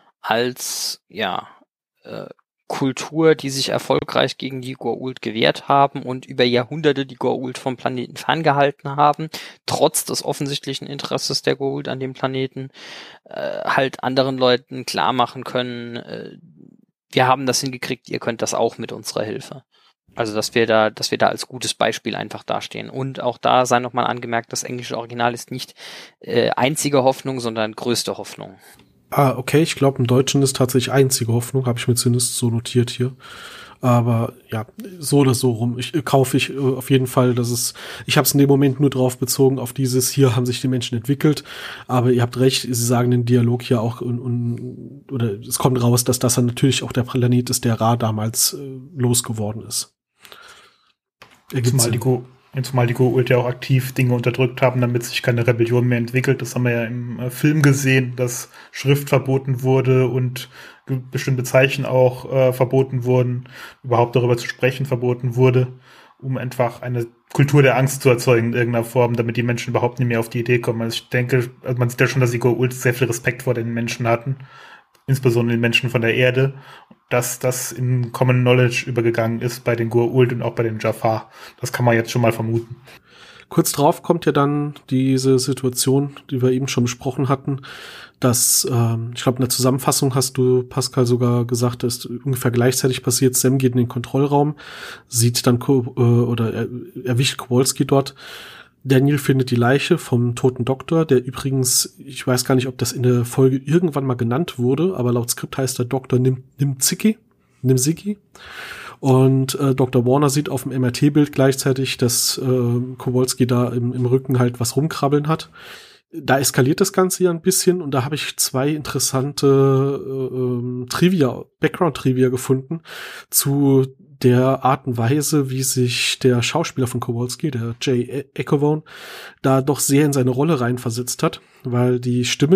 als ja äh, Kultur, die sich erfolgreich gegen die Goa'uld gewehrt haben und über Jahrhunderte die Goa'uld vom Planeten ferngehalten haben, trotz des offensichtlichen Interesses der Goa'uld an dem Planeten, äh, halt anderen Leuten klar machen können, äh, wir haben das hingekriegt, ihr könnt das auch mit unserer Hilfe. Also, dass wir da, dass wir da als gutes Beispiel einfach dastehen. Und auch da sei nochmal angemerkt, das englische Original ist nicht äh, einzige Hoffnung, sondern größte Hoffnung. Ah, okay, ich glaube, im Deutschen ist tatsächlich einzige Hoffnung, habe ich mir zumindest so notiert hier. Aber ja, so oder so rum. Ich äh, kaufe ich äh, auf jeden Fall, dass es, ich habe es in dem Moment nur drauf bezogen, auf dieses, hier haben sich die Menschen entwickelt. Aber ihr habt recht, sie sagen den Dialog hier auch, und, und, oder es kommt raus, dass das dann natürlich auch der Planet ist, der Ra damals äh, losgeworden ist. Zumal die, Go, zumal die Goa'uld ja auch aktiv Dinge unterdrückt haben, damit sich keine Rebellion mehr entwickelt. Das haben wir ja im äh, Film gesehen, dass Schrift verboten wurde und ge- bestimmte Zeichen auch äh, verboten wurden, überhaupt darüber zu sprechen verboten wurde, um einfach eine Kultur der Angst zu erzeugen in irgendeiner Form, damit die Menschen überhaupt nicht mehr auf die Idee kommen. Also ich denke, also man sieht ja schon, dass die Goa'uld sehr viel Respekt vor den Menschen hatten, insbesondere den Menschen von der Erde, dass das in Common Knowledge übergegangen ist bei den Goa'uld und auch bei den Jafar. Das kann man jetzt schon mal vermuten. Kurz drauf kommt ja dann diese Situation, die wir eben schon besprochen hatten, dass, ähm, ich glaube, in der Zusammenfassung hast du, Pascal, sogar gesagt, dass ungefähr gleichzeitig passiert, Sam geht in den Kontrollraum, sieht dann, äh, oder er, erwischt Kowalski dort. Daniel findet die Leiche vom toten Doktor, der übrigens, ich weiß gar nicht, ob das in der Folge irgendwann mal genannt wurde, aber laut Skript heißt der Doktor Nim, Nimziki, Nimziki. Und äh, Doktor Warner sieht auf dem M R T-Bild gleichzeitig, dass äh, Kowalski da im, im Rücken halt was rumkrabbeln hat. Da eskaliert das Ganze ja ein bisschen und da habe ich zwei interessante äh, Trivia, Background-Trivia gefunden zu der Art und Weise, wie sich der Schauspieler von Kowalski, der Jay Ecovoan, da doch sehr in seine Rolle reinversetzt hat, weil die Stimme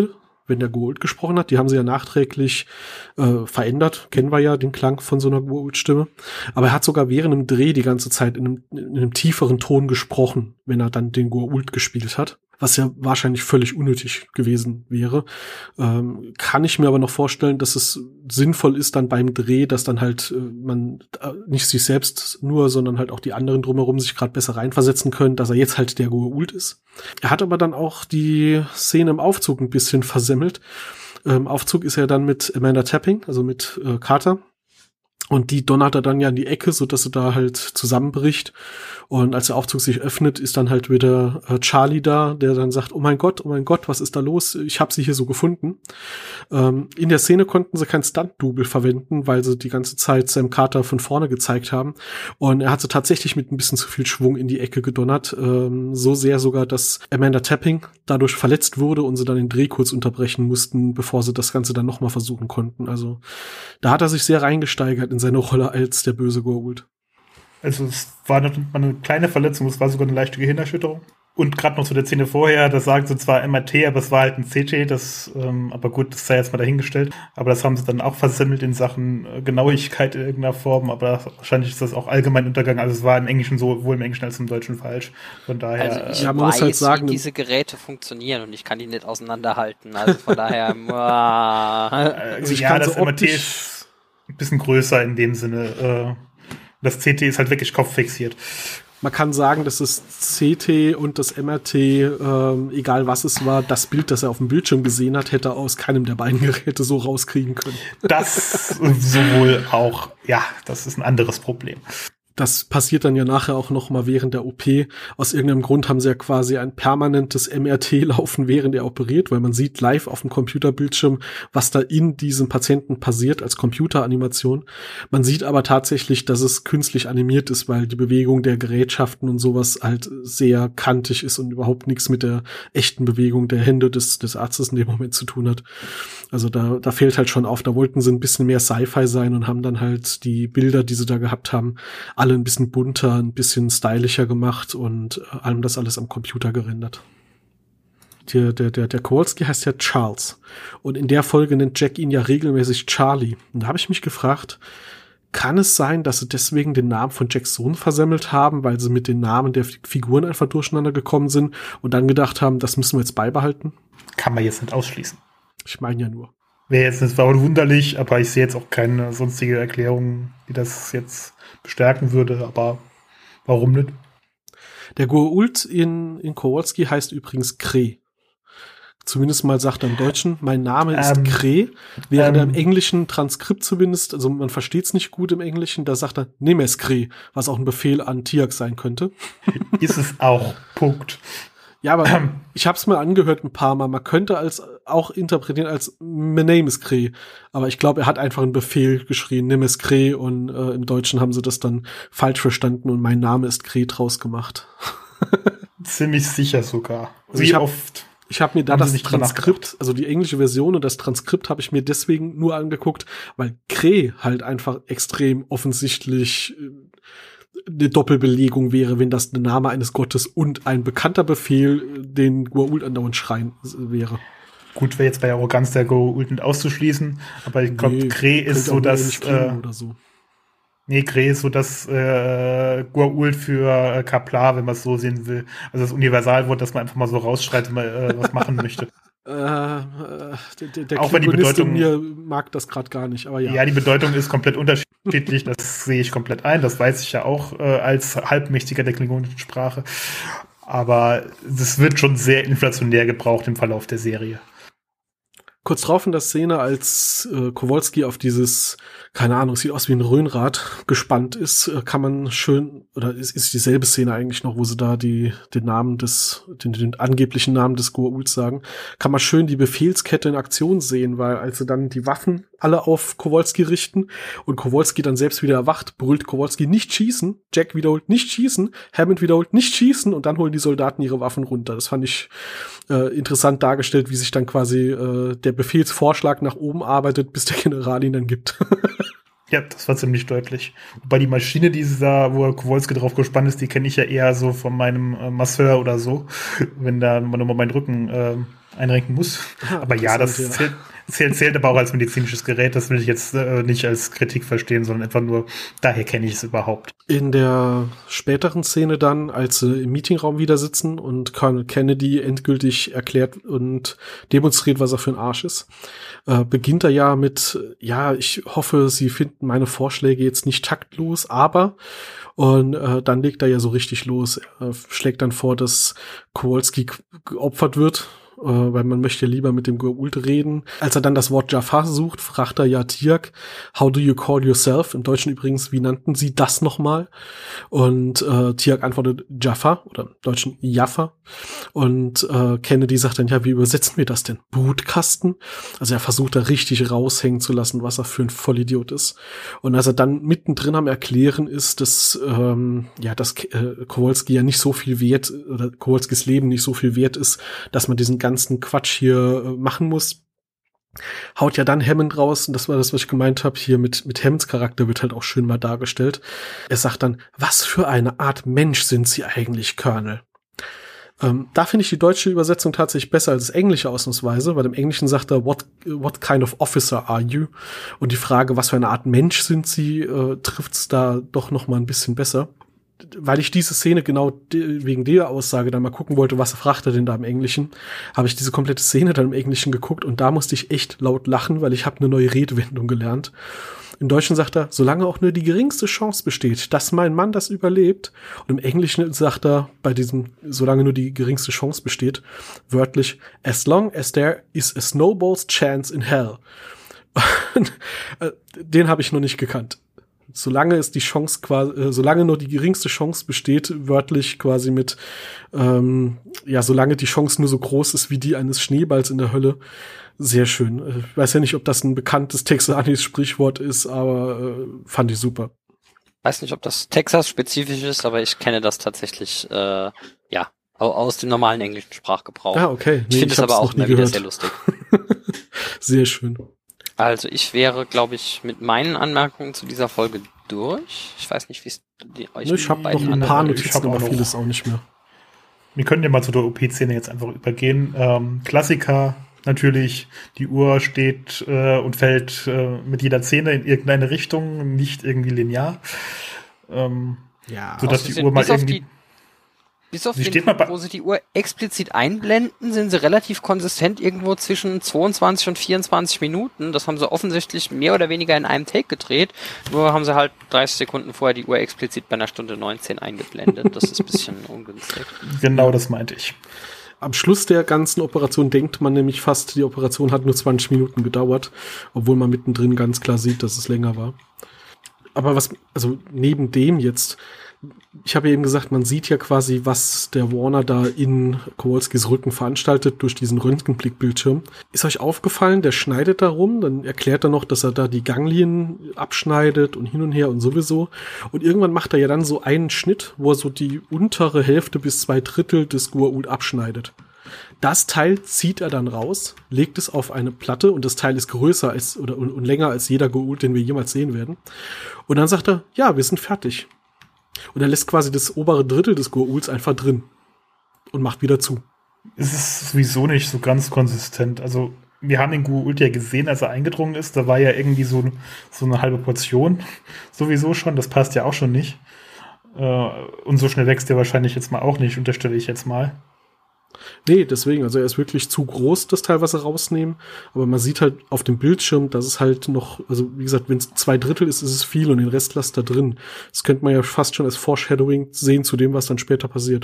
wenn der Goa'uld gesprochen hat. Die haben sie ja nachträglich äh, verändert. Kennen wir ja den Klang von so einer Goa'uld-Stimme. Aber er hat sogar während dem Dreh die ganze Zeit in einem, in einem tieferen Ton gesprochen, wenn er dann den Goa'uld gespielt hat. Was ja wahrscheinlich völlig unnötig gewesen wäre. Ähm, kann ich mir aber noch vorstellen, dass es sinnvoll ist dann beim Dreh, dass dann halt äh, man äh, nicht sich selbst nur, sondern halt auch die anderen drumherum sich gerade besser reinversetzen können, dass er jetzt halt der Goa'uld ist. Er hat aber dann auch die Szene im Aufzug ein bisschen versemmelt. Im ähm, Aufzug ist er dann mit Amanda Tapping, also mit äh, Carter. Und die donnert er dann ja in die Ecke, so dass sie da halt zusammenbricht. Und als der Aufzug sich öffnet, ist dann halt wieder äh, Charlie da, der dann sagt, oh mein Gott, oh mein Gott, was ist da los? Ich habe sie hier so gefunden. Ähm, in der Szene konnten sie kein Stunt-Double verwenden, weil sie die ganze Zeit Sam Carter von vorne gezeigt haben. Und er hat sie tatsächlich mit ein bisschen zu viel Schwung in die Ecke gedonnert. Ähm, so sehr sogar, dass Amanda Tapping dadurch verletzt wurde und sie dann den Dreh kurz unterbrechen mussten, bevor sie das Ganze dann nochmal versuchen konnten. Also da hat er sich sehr reingesteigert in seine Rolle als der böse Goa'uld. Also es war eine, eine kleine Verletzung, es war sogar eine leichte Gehirnerschütterung. Und gerade noch zu der Szene vorher, das sagen sie zwar M R T, aber es war halt ein C T, das, ähm, aber gut, das sei jetzt mal dahingestellt. Aber das haben sie dann auch versemmelt in Sachen äh, Genauigkeit in irgendeiner Form, aber wahrscheinlich ist das auch allgemein untergegangen. Also es war im Englischen so, sowohl im Englischen als im Deutschen falsch. Von daher. Also ich äh, ja, man weiß, muss halt sagen, wie diese Geräte funktionieren und ich kann die nicht auseinanderhalten. Also von daher. Also ja, das M R T ist ein bisschen größer in dem Sinne. Äh, das C T ist halt wirklich kopffixiert. Man kann sagen, dass das C T und das M R T, ähm, egal was es war, das Bild, das er auf dem Bildschirm gesehen hat, hätte er aus keinem der beiden Geräte so rauskriegen können. Das sowohl auch, ja, das ist ein anderes Problem. Das passiert dann ja nachher auch noch mal während der O P. Aus irgendeinem Grund haben sie ja quasi ein permanentes M R T laufen, während er operiert, weil man sieht live auf dem Computerbildschirm, was da in diesem Patienten passiert als Computeranimation. Man sieht aber tatsächlich, dass es künstlich animiert ist, weil die Bewegung der Gerätschaften und sowas halt sehr kantig ist und überhaupt nichts mit der echten Bewegung der Hände des, des Arztes in dem Moment zu tun hat. Also da, da fehlt halt schon auf, da wollten sie ein bisschen mehr Sci-Fi sein und haben dann halt die Bilder, die sie da gehabt haben, alle ein bisschen bunter, ein bisschen stylischer gemacht und äh, allem das alles am Computer gerendert. Der, der, der, der Kowalski heißt ja Charles. Und in der Folge nennt Jack ihn ja regelmäßig Charlie. Und da habe ich mich gefragt, kann es sein, dass sie deswegen den Namen von Jacks Sohn versemmelt haben, weil sie mit den Namen der Figuren einfach durcheinander gekommen sind und dann gedacht haben, das müssen wir jetzt beibehalten? Kann man jetzt nicht ausschließen. Ich meine ja nur. Wäre jetzt nicht wunderlich, aber ich sehe jetzt auch keine sonstige Erklärung, die das jetzt bestärken würde, aber warum nicht? Der Goa'uld in, in Kowalski heißt übrigens Kree. Zumindest mal sagt er im Deutschen, mein Name ist ähm, Kree, während ähm, er im englischen Transkript zumindest, also man versteht es nicht gut im Englischen, da sagt er Nemes Kree, was auch ein Befehl an Tiax sein könnte. Ist es auch, Punkt. Ja, aber ähm. ich habe es mir angehört ein paar Mal. Man könnte als auch interpretieren als My name is Kree. Aber ich glaube, er hat einfach einen Befehl geschrien, nimm es Kree. Und äh, im Deutschen haben sie das dann falsch verstanden und mein Name ist Kree draus gemacht. Ziemlich sicher sogar. Also Wie ich hab, oft? Ich habe mir da das Transkript, also die englische Version und das Transkript habe ich mir deswegen nur angeguckt, weil Kree halt einfach extrem offensichtlich eine Doppelbelegung wäre, wenn das der Name eines Gottes und ein bekannter Befehl den Goa'uld andauernd schreien wäre. Gut, wäre jetzt bei Arroganz der Goa'uld nicht auszuschließen, aber ich glaube, nee, Kree ist so, dass äh, oder so. Nee, Kree ist so das äh, Goa'uld für äh, Kaplar, wenn man es so sehen will. Also das Universalwort, dass man einfach mal so rausschreit, wenn man äh, was machen möchte. Äh, äh, der der auch wenn die Bedeutung mir mag das gerade gar nicht, aber ja. Ja, die Bedeutung ist komplett unterschiedlich, das sehe ich komplett ein, das weiß ich ja auch äh, als Halbmächtiger der klingonischen Sprache. Aber das wird schon sehr inflationär gebraucht im Verlauf der Serie. Kurz drauf in der Szene, als äh, Kowalski auf dieses, keine Ahnung, sieht aus wie ein Röhnrad gespannt ist, äh, kann man schön, oder ist, ist dieselbe Szene eigentlich noch, wo sie da die den Namen des, den, den angeblichen Namen des Goa'ulds sagen, kann man schön die Befehlskette in Aktion sehen, weil als sie dann die Waffen alle auf Kowalski richten und Kowalski dann selbst wieder erwacht, brüllt Kowalski nicht schießen, Jack wiederholt nicht schießen, Hammond wiederholt nicht schießen und dann holen die Soldaten ihre Waffen runter. Das fand ich äh, interessant dargestellt, wie sich dann quasi äh, der Befehlsvorschlag nach oben arbeitet, bis der General ihn dann gibt. Ja, das war ziemlich deutlich. Wobei die Maschine, die da, wo Kowalski drauf gespannt ist, die kenne ich ja eher so von meinem äh, Masseur oder so, wenn da man nochmal meinen Rücken äh, einrenken muss. Ja, aber ja, das ja. Zählt, zählt, zählt aber auch als medizinisches Gerät. Das will ich jetzt äh, nicht als Kritik verstehen, sondern einfach nur, daher kenne ich es überhaupt. In der späteren Szene dann, als sie im Meetingraum wieder sitzen und Colonel Kennedy endgültig erklärt und demonstriert, was er für ein Arsch ist, äh, beginnt er ja mit, ja, ich hoffe, Sie finden meine Vorschläge jetzt nicht taktlos, aber und äh, dann legt er ja so richtig los. Er schlägt dann vor, dass Kowalski geopfert wird, äh, weil man möchte ja lieber mit dem Goa'uld reden. Als er dann das Wort Jaffa sucht, fragt er ja Tiak, how do you call yourself? Im Deutschen übrigens, wie nannten Sie das nochmal? Und äh, Tiak antwortet Jaffa, oder im Deutschen Jaffa. Und äh, Kennedy sagt dann, ja, wie übersetzen wir das denn? Brutkasten? Also er versucht da richtig raushängen zu lassen, was er für ein Vollidiot ist. Und als er dann mittendrin am Erklären ist, dass ähm, ja, dass äh, Kowalski ja nicht so viel wert, oder Kowalskis Leben nicht so viel wert ist, dass man diesen ganzen Quatsch hier äh, machen muss, haut ja dann Hammond raus, und das war das, was ich gemeint habe, hier mit mit Hammonds Charakter wird halt auch schön mal dargestellt. Er sagt dann, was für eine Art Mensch sind Sie eigentlich, Colonel? Ähm, da finde ich die deutsche Übersetzung tatsächlich besser als das englische ausnahmsweise, weil im Englischen sagt er, what, what kind of officer are you? Und die Frage, was für eine Art Mensch sind Sie, äh, trifft's da doch noch mal ein bisschen besser. Weil ich diese Szene genau de- wegen der Aussage dann mal gucken wollte, was fragt er denn da im Englischen, habe ich diese komplette Szene dann im Englischen geguckt und da musste ich echt laut lachen, weil ich habe eine neue Redewendung gelernt. Im Deutschen sagt er, solange auch nur die geringste Chance besteht, dass mein Mann das überlebt. Und im Englischen sagt er, bei diesem, solange nur die geringste Chance besteht, wörtlich, as long as there is a snowball's chance in hell. Den habe ich noch nicht gekannt. Solange es die Chance quasi, äh, solange nur die geringste Chance besteht, wörtlich quasi mit, ähm, ja, solange die Chance nur so groß ist wie die eines Schneeballs in der Hölle. Sehr schön. Ich weiß ja nicht, ob das ein bekanntes texanisches Sprichwort ist, aber äh, fand ich super. Weiß nicht, ob das Texas-spezifisch ist, aber ich kenne das tatsächlich, äh, ja, aus dem normalen englischen Sprachgebrauch. Ah, okay. Nee, ich finde es aber auch immer wieder sehr lustig. Sehr schön. Also ich wäre, glaube ich, mit meinen Anmerkungen zu dieser Folge durch. Ich weiß nicht, wie es euch Ich habe noch ein paar Notizen, aber vieles auch nicht mehr. Wir können ja mal zu der O P-Szene jetzt einfach übergehen. Ähm, Klassiker natürlich, die Uhr steht äh, und fällt äh, mit jeder Szene in irgendeine Richtung, nicht irgendwie linear. Ähm, ja, sodass die Uhr mal irgendwie... Bis auf den Punkt, wo sie die Uhr explizit einblenden, sind sie relativ konsistent irgendwo zwischen zweiundzwanzig und vierundzwanzig Minuten. Das haben sie offensichtlich mehr oder weniger in einem Take gedreht. Nur haben sie halt dreißig Sekunden vorher die Uhr explizit bei einer Stunde neunzehn eingeblendet. Das ist ein bisschen ungünstig. Genau, das meinte ich. Am Schluss der ganzen Operation denkt man nämlich fast, die Operation hat nur zwanzig Minuten gedauert, obwohl man mittendrin ganz klar sieht, dass es länger war. Aber was, also neben dem jetzt, ich habe ja eben gesagt, man sieht ja quasi, was der Warner da in Kowalskis Rücken veranstaltet durch diesen Röntgenblickbildschirm. Ist euch aufgefallen, der schneidet da rum, dann erklärt er noch, dass er da die Ganglien abschneidet und hin und her und sowieso. Und irgendwann macht er ja dann so einen Schnitt, wo er so die untere Hälfte bis zwei Drittel des Goa'uld abschneidet. Das Teil zieht er dann raus, legt es auf eine Platte und das Teil ist größer als oder und, und länger als jeder Goa'uld, den wir jemals sehen werden. Und dann sagt er, ja, wir sind fertig. Und er lässt quasi das obere Drittel des Goa'ulds einfach drin und macht wieder zu. Es ist sowieso nicht so ganz konsistent. Also wir haben den Goa'uld ja gesehen, als er eingedrungen ist. Da war ja irgendwie so, so eine halbe Portion sowieso schon. Das passt ja auch schon nicht. Und so schnell wächst der wahrscheinlich jetzt mal auch nicht, unterstelle ich jetzt mal. Nee, deswegen, also er ist wirklich zu groß, das Teil, was sie rausnehmen, aber man sieht halt auf dem Bildschirm, dass es halt noch, also wie gesagt, wenn es zwei Drittel ist, ist es viel und den Rest lasst da drin. Das könnte man ja fast schon als Foreshadowing sehen zu dem, was dann später passiert.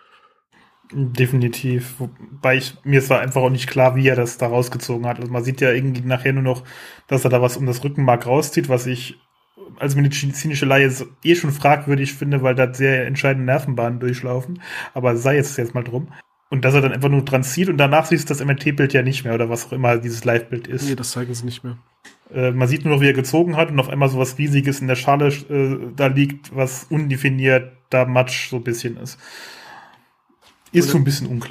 Definitiv, wobei ich, mir ist da einfach auch nicht klar, wie er das da rausgezogen hat. Also man sieht ja irgendwie nachher nur noch, dass er da was um das Rückenmark rauszieht, was ich als medizinische Laie eh schon fragwürdig finde, weil da sehr entscheidende Nervenbahnen durchlaufen, aber sei jetzt jetzt mal drum. Und dass er dann einfach nur dran zieht und danach siehst du das M R T-Bild ja nicht mehr oder was auch immer dieses Live-Bild ist. Nee, das zeigen sie nicht mehr. Äh, man sieht nur noch, wie er gezogen hat und auf einmal so was Riesiges in der Schale äh, da liegt, was undefiniert da Matsch so ein bisschen ist. Ist so ein bisschen unklar.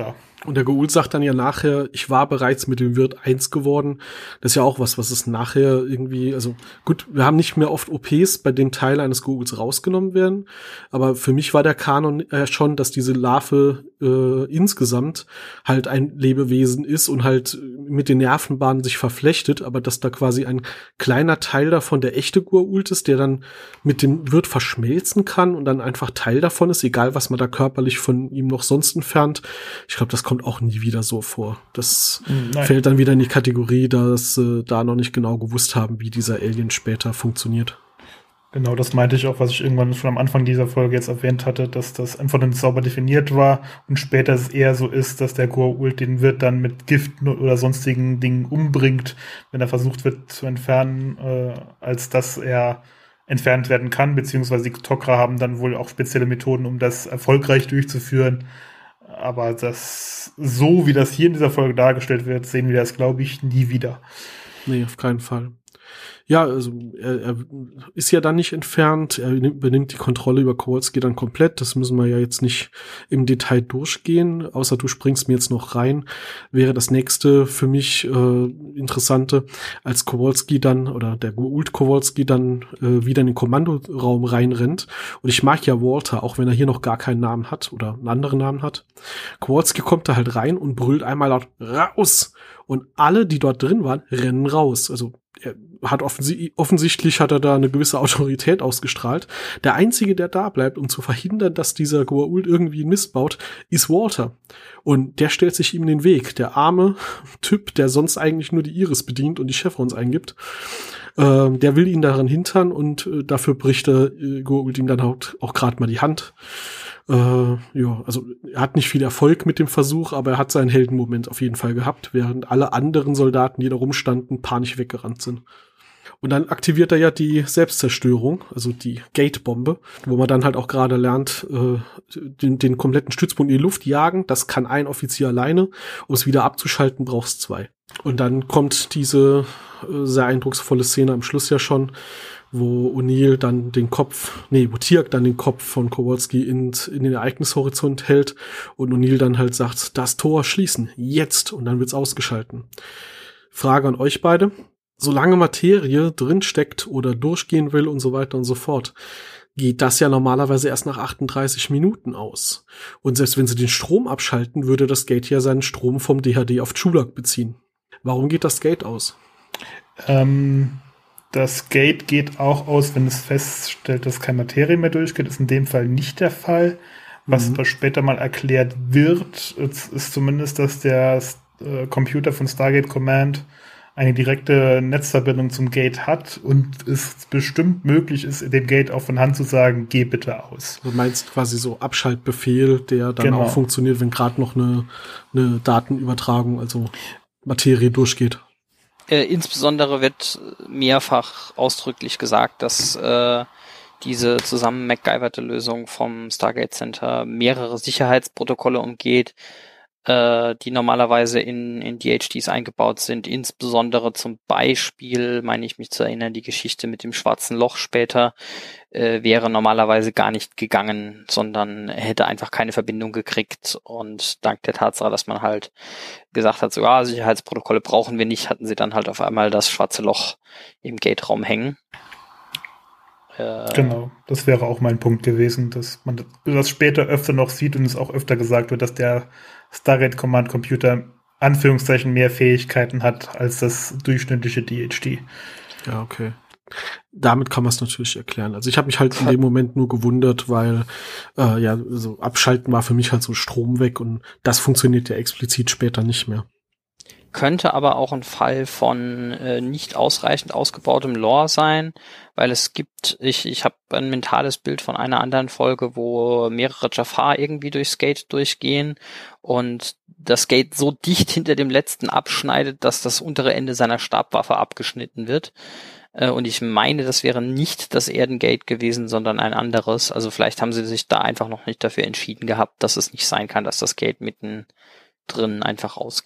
Und der Goa'uld sagt dann ja nachher, ich war bereits mit dem Wirt eins geworden. Das ist ja auch was, was es nachher irgendwie, also gut, wir haben nicht mehr oft O Ps, bei denen Teile eines Goa'ulds rausgenommen werden. Aber für mich war der Kanon äh, schon, dass diese Larve äh, insgesamt halt ein Lebewesen ist und halt mit den Nervenbahnen sich verflechtet, aber dass da quasi ein kleiner Teil davon der echte Goa'uld ist, der dann mit dem Wirt verschmelzen kann und dann einfach Teil davon ist, egal was man da körperlich von ihm noch sonst entfernt. Ich glaube, das kommt auch nie wieder so vor. Das Nein. fällt dann wieder in die Kategorie, dass äh, da noch nicht genau gewusst haben, wie dieser Alien später funktioniert. Genau, das meinte ich auch, was ich irgendwann schon am Anfang dieser Folge jetzt erwähnt hatte, dass das einfach nicht sauber definiert war und später es eher so ist, dass der Goa'uld den Wirt dann mit Gift oder sonstigen Dingen umbringt, wenn er versucht wird zu entfernen, äh, als dass er entfernt werden kann, beziehungsweise die Tok'ra haben dann wohl auch spezielle Methoden, um das erfolgreich durchzuführen. Aber das, so wie das hier in dieser Folge dargestellt wird, sehen wir das, glaube ich, nie wieder. Nee, auf keinen Fall. Ja, also er, er ist ja dann nicht entfernt, er übernimmt die Kontrolle über Kowalski dann komplett, das müssen wir ja jetzt nicht im Detail durchgehen, außer du springst mir jetzt noch rein, wäre das nächste für mich äh, Interessante, als Kowalski dann, oder der Goa'uld Kowalski dann äh, wieder in den Kommandoraum reinrennt, und ich mag ja Walter, auch wenn er hier noch gar keinen Namen hat, oder einen anderen Namen hat. Kowalski kommt da halt rein und brüllt einmal laut raus, und alle, die dort drin waren, rennen raus, also er hat offensi- offensichtlich hat er da eine gewisse Autorität ausgestrahlt. Der Einzige, der da bleibt, um zu verhindern, dass dieser Goa'uld irgendwie einen Mist baut, ist Walter. Und der stellt sich ihm in den Weg. Der arme Typ, der sonst eigentlich nur die Iris bedient und die Chevrons eingibt, äh, der will ihn daran hintern, und äh, dafür bricht der äh, Goa'uld ihm dann auch, auch gerade mal die Hand. Äh, ja, also er hat nicht viel Erfolg mit dem Versuch, aber er hat seinen Heldenmoment auf jeden Fall gehabt, während alle anderen Soldaten, die da rumstanden, panisch weggerannt sind. Und dann aktiviert er ja die Selbstzerstörung, also die Gate-Bombe, wo man dann halt auch gerade lernt, äh, den, den kompletten Stützpunkt in die Luft jagen. Das kann ein Offizier alleine. Um es wieder abzuschalten, brauchst zwei. Und dann kommt diese äh, sehr eindrucksvolle Szene am Schluss ja schon, wo O'Neill dann den Kopf, nee, wo Tiak dann den Kopf von Kowalski in, in den Ereignishorizont hält und O'Neill dann halt sagt, das Tor schließen, jetzt, und dann wird's ausgeschalten. Frage an euch beide. Solange Materie drinsteckt oder durchgehen will und so weiter und so fort, geht das ja normalerweise erst nach achtunddreißig Minuten aus. Und selbst wenn sie den Strom abschalten, würde das Gate ja seinen Strom vom D H D auf Chulak beziehen. Warum geht das Gate aus? Ähm, das Gate geht auch aus, wenn es feststellt, dass keine Materie mehr durchgeht. Das ist in dem Fall nicht der Fall. Was mhm. später mal erklärt wird, ist zumindest, dass der äh, Computer von Stargate Command eine direkte Netzverbindung zum Gate hat und es bestimmt möglich ist, dem Gate auch von Hand zu sagen, geh bitte aus. Du meinst quasi so Abschaltbefehl, der dann genau. auch funktioniert, wenn gerade noch eine, eine Datenübertragung, also Materie durchgeht. Äh, insbesondere wird mehrfach ausdrücklich gesagt, dass äh, diese zusammen MacGyverte Lösung vom Stargate Center mehrere Sicherheitsprotokolle umgeht, die normalerweise in, in D H Ds eingebaut sind, insbesondere zum Beispiel, meine ich mich zu erinnern, die Geschichte mit dem schwarzen Loch später äh, wäre normalerweise gar nicht gegangen, sondern hätte einfach keine Verbindung gekriegt, und dank der Tatsache, dass man halt gesagt hat, so ja, Sicherheitsprotokolle brauchen wir nicht, hatten sie dann halt auf einmal das schwarze Loch im Gate-Raum hängen. Genau, das wäre auch mein Punkt gewesen, dass man das später öfter noch sieht und es auch öfter gesagt wird, dass der Stargate Command Computer Anführungszeichen mehr Fähigkeiten hat als das durchschnittliche D H D. Ja, okay. Damit kann man es natürlich erklären. Also ich habe mich halt in dem Moment nur gewundert, weil äh, ja, so abschalten war für mich halt so Strom weg, und das funktioniert ja explizit später nicht mehr. Könnte aber auch ein Fall von äh, nicht ausreichend ausgebautem Lore sein, weil es gibt, ich ich habe ein mentales Bild von einer anderen Folge, wo mehrere Jafar irgendwie durchs Gate durchgehen und das Gate so dicht hinter dem letzten abschneidet, dass das untere Ende seiner Stabwaffe abgeschnitten wird. Äh, und ich meine, das wäre nicht das Erdengate gewesen, sondern ein anderes. Also vielleicht haben sie sich da einfach noch nicht dafür entschieden gehabt, dass es nicht sein kann, dass das Gate mitten drin einfach ausgeht.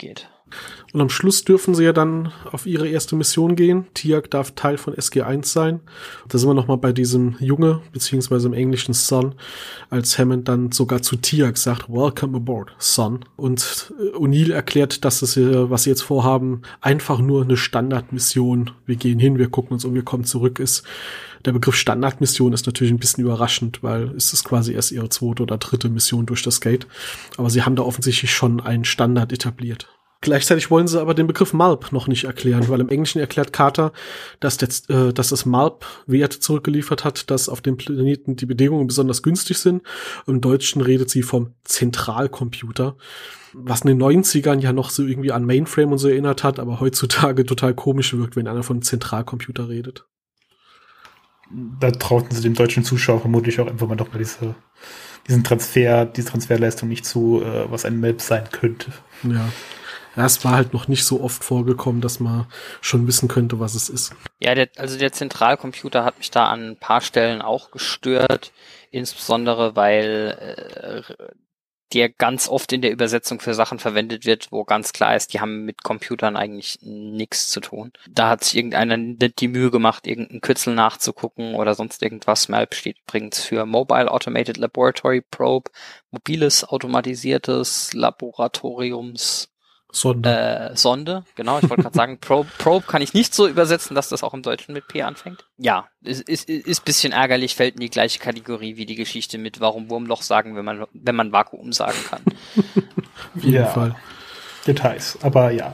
Und am Schluss dürfen sie ja dann auf ihre erste Mission gehen. Tiag darf Teil von S G eins sein. Da sind wir nochmal bei diesem Junge, beziehungsweise im Englischen Son, als Hammond dann sogar zu Tiag sagt, Welcome aboard, Son. Und O'Neill erklärt, dass es, was sie jetzt vorhaben, einfach nur eine Standardmission. Wir gehen hin, wir gucken uns um, wir kommen zurück ist. Der Begriff Standardmission ist natürlich ein bisschen überraschend, weil es ist quasi erst ihre zweite oder dritte Mission durch das Gate. Aber sie haben da offensichtlich schon einen Standard etabliert. Gleichzeitig wollen sie aber den Begriff Malp noch nicht erklären, weil im Englischen erklärt Carter, dass, der, äh, dass das Malp Werte zurückgeliefert hat, dass auf dem Planeten die Bedingungen besonders günstig sind. Im Deutschen redet sie vom Zentralcomputer, was in den neunzigern ja noch so irgendwie an Mainframe und so erinnert hat, aber heutzutage total komisch wirkt, wenn einer von Zentralcomputer redet. Da trauten sie dem deutschen Zuschauer vermutlich auch einfach mal doch mal diese, diesen Transfer, diese Transferleistung nicht zu, äh, was ein Malp sein könnte. Ja. Ja, es war halt noch nicht so oft vorgekommen, dass man schon wissen könnte, was es ist. Ja, der, also der Zentralcomputer hat mich da an ein paar Stellen auch gestört, insbesondere weil äh, der ganz oft in der Übersetzung für Sachen verwendet wird, wo ganz klar ist, die haben mit Computern eigentlich nichts zu tun. Da hat sich irgendeiner nicht die Mühe gemacht, irgendeinen Kürzel nachzugucken oder sonst irgendwas. Malp steht übrigens für Mobile Automated Laboratory Probe, mobiles automatisiertes Laboratoriums Sonde. Äh, Sonde, genau, ich wollte gerade sagen, Probe, Probe kann ich nicht so übersetzen, dass das auch im Deutschen mit P anfängt. Ja, ist, ist, ist bisschen ärgerlich, fällt in die gleiche Kategorie wie die Geschichte mit warum Wurmloch sagen, wenn man wenn man Vakuum sagen kann. Auf jeden ja, Fall. Details, aber ja.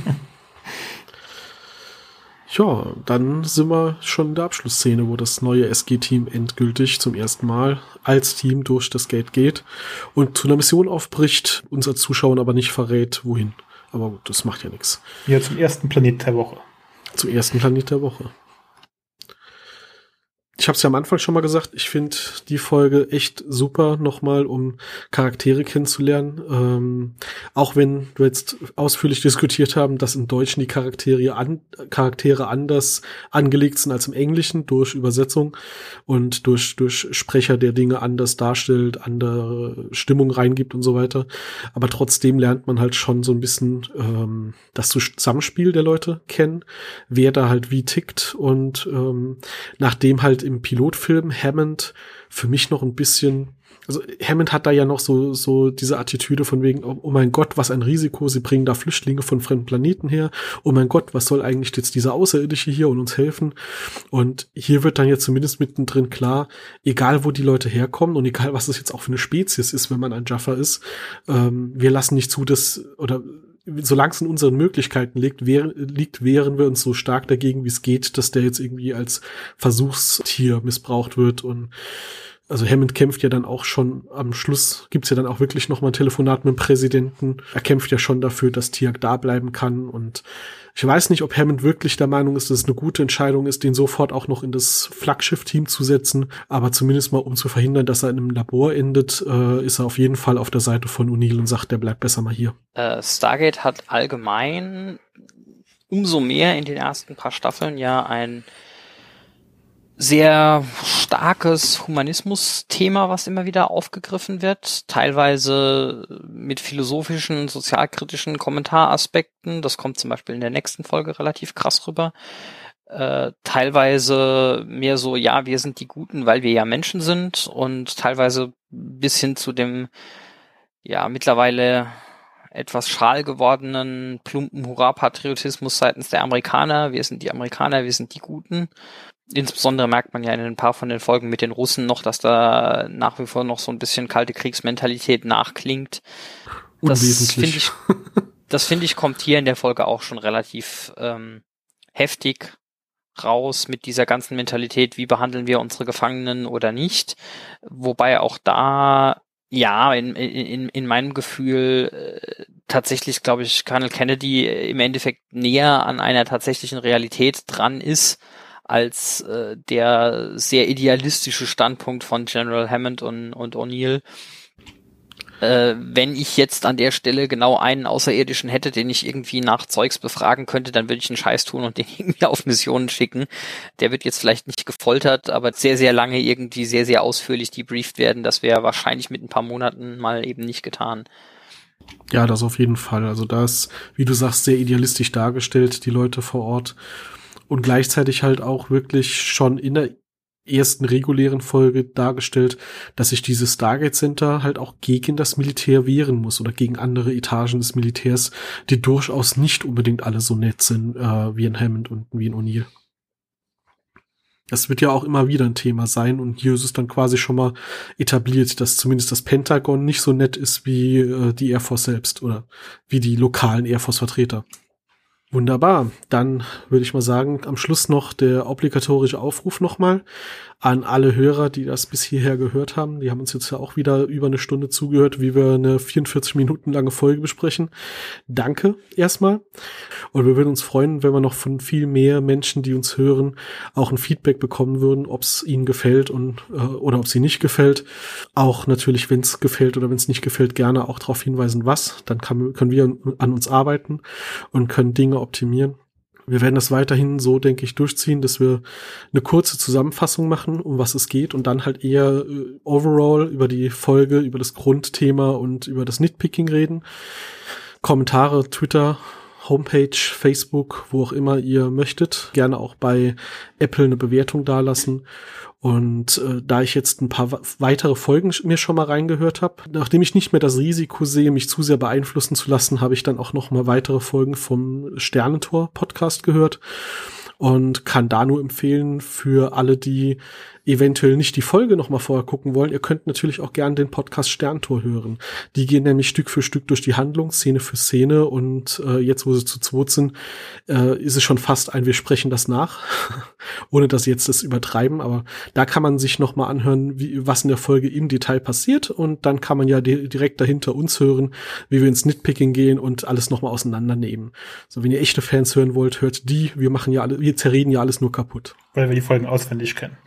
Ja, dann sind wir schon in der Abschlussszene, wo das neue S G-Team endgültig zum ersten Mal als Team durch das Gate geht und zu einer Mission aufbricht, unser Zuschauer aber nicht verrät, wohin. Aber gut, das macht ja nichts. Ja, zum ersten Planet der Woche. Zum ersten Planet der Woche. Ich habe es ja am Anfang schon mal gesagt, ich finde die Folge echt super nochmal, um Charaktere kennenzulernen. Ähm, auch wenn wir jetzt ausführlich diskutiert haben, dass im Deutschen die Charaktere, an, Charaktere anders angelegt sind als im Englischen durch Übersetzung und durch, durch Sprecher, der Dinge anders darstellt, andere Stimmung reingibt und so weiter. Aber trotzdem lernt man halt schon so ein bisschen ähm, das Zusammenspiel der Leute kennen, wer da halt wie tickt und ähm, nachdem halt im Pilotfilm Hammond für mich noch ein bisschen, also Hammond hat da ja noch so so diese Attitüde von wegen, oh, oh mein Gott, was ein Risiko, sie bringen da Flüchtlinge von fremden Planeten her, oh mein Gott, was soll eigentlich jetzt dieser Außerirdische hier und uns helfen? Und hier wird dann jetzt zumindest mittendrin klar, egal wo die Leute herkommen und egal was es jetzt auch für eine Spezies ist, wenn man ein Jaffa ist, ähm, wir lassen nicht zu, dass, oder solange es in unseren Möglichkeiten liegt, wär, liegt, wehren wir uns so stark dagegen, wie es geht, dass der jetzt irgendwie als Versuchstier missbraucht wird. Und also Hammond kämpft ja dann auch schon, am Schluss gibt's ja dann auch wirklich noch mal ein Telefonat mit dem Präsidenten. Er kämpft ja schon dafür, dass Tiag da bleiben kann. Und ich weiß nicht, ob Hammond wirklich der Meinung ist, dass es eine gute Entscheidung ist, den sofort auch noch in das Flaggschiff-Team zu setzen. Aber zumindest mal, um zu verhindern, dass er in einem Labor endet, äh, ist er auf jeden Fall auf der Seite von O'Neill und sagt, der bleibt besser mal hier. Äh, Stargate hat allgemein umso mehr in den ersten paar Staffeln ja ein sehr starkes Humanismus-Thema, was immer wieder aufgegriffen wird, teilweise mit philosophischen, sozialkritischen Kommentaraspekten. Das kommt zum Beispiel in der nächsten Folge relativ krass rüber. Äh, teilweise mehr so, ja, wir sind die Guten, weil wir ja Menschen sind, und teilweise bis hin zu dem, ja, mittlerweile etwas schal gewordenen, plumpen Hurra-Patriotismus seitens der Amerikaner. Wir sind die Amerikaner, wir sind die Guten. Insbesondere merkt man ja in ein paar von den Folgen mit den Russen noch, dass da nach wie vor noch so ein bisschen kalte Kriegsmentalität nachklingt. Das finde ich, das finde ich, kommt hier in der Folge auch schon relativ ähm, heftig raus mit dieser ganzen Mentalität, wie behandeln wir unsere Gefangenen oder nicht. Wobei auch da, ja, in, in, in meinem Gefühl äh, tatsächlich, glaube ich, Colonel Kennedy im Endeffekt näher an einer tatsächlichen Realität dran ist, als äh, der sehr idealistische Standpunkt von General Hammond und, und O'Neill. Äh, wenn ich jetzt an der Stelle genau einen Außerirdischen hätte, den ich irgendwie nach Zeugs befragen könnte, dann würde ich einen Scheiß tun und den irgendwie auf Missionen schicken. Der wird jetzt vielleicht nicht gefoltert, aber sehr, sehr lange irgendwie sehr, sehr ausführlich debrieft werden. Das wäre wahrscheinlich mit ein paar Monaten mal eben nicht getan. Ja, das auf jeden Fall. Also da ist, wie du sagst, sehr idealistisch dargestellt, die Leute vor Ort. Und gleichzeitig halt auch wirklich schon in der ersten regulären Folge dargestellt, dass sich dieses Stargate Center halt auch gegen das Militär wehren muss oder gegen andere Etagen des Militärs, die durchaus nicht unbedingt alle so nett sind äh, wie in Hammond und wie in O'Neill. Das wird ja auch immer wieder ein Thema sein und hier ist es dann quasi schon mal etabliert, dass zumindest das Pentagon nicht so nett ist wie äh, die Air Force selbst oder wie die lokalen Air Force Vertreter. Wunderbar. Dann würde ich mal sagen, am Schluss noch der obligatorische Aufruf nochmal an alle Hörer, die das bis hierher gehört haben. Die haben uns jetzt ja auch wieder über eine Stunde zugehört, wie wir eine vierundvierzig Minuten lange Folge besprechen. Danke erstmal. Und wir würden uns freuen, wenn wir noch von viel mehr Menschen, die uns hören, auch ein Feedback bekommen würden, ob es ihnen gefällt und äh, oder ob es ihnen nicht gefällt. Auch natürlich, wenn es gefällt oder wenn es nicht gefällt, gerne auch darauf hinweisen, was. Dann kann, können wir an uns arbeiten und können Dinge optimieren. Wir werden das weiterhin so, denke ich, durchziehen, dass wir eine kurze Zusammenfassung machen, um was es geht und dann halt eher äh, overall über die Folge, über das Grundthema und über das Nitpicking reden. Kommentare, Twitter, Homepage, Facebook, wo auch immer ihr möchtet. Gerne auch bei Apple eine Bewertung dalassen. Und äh, da ich jetzt ein paar weitere Folgen mir schon mal reingehört habe, nachdem ich nicht mehr das Risiko sehe, mich zu sehr beeinflussen zu lassen, habe ich dann auch noch mal weitere Folgen vom Sternentor-Podcast gehört und kann da nur empfehlen für alle, die eventuell nicht die Folge noch mal vorher gucken wollen. Ihr könnt natürlich auch gern den Podcast Sterntor hören. Die gehen nämlich Stück für Stück durch die Handlung, Szene für Szene und äh, jetzt, wo sie zu zweit sind, äh, ist es schon fast ein Wir sprechen das nach, ohne dass sie jetzt das übertreiben, aber da kann man sich noch mal anhören, wie, was in der Folge im Detail passiert und dann kann man ja di- direkt dahinter uns hören, wie wir ins Nitpicking gehen und alles noch mal auseinandernehmen. So, wenn ihr echte Fans hören wollt, hört die. Wir machen ja alle, wir zerreden ja alles nur kaputt. Weil wir die Folgen auswendig kennen.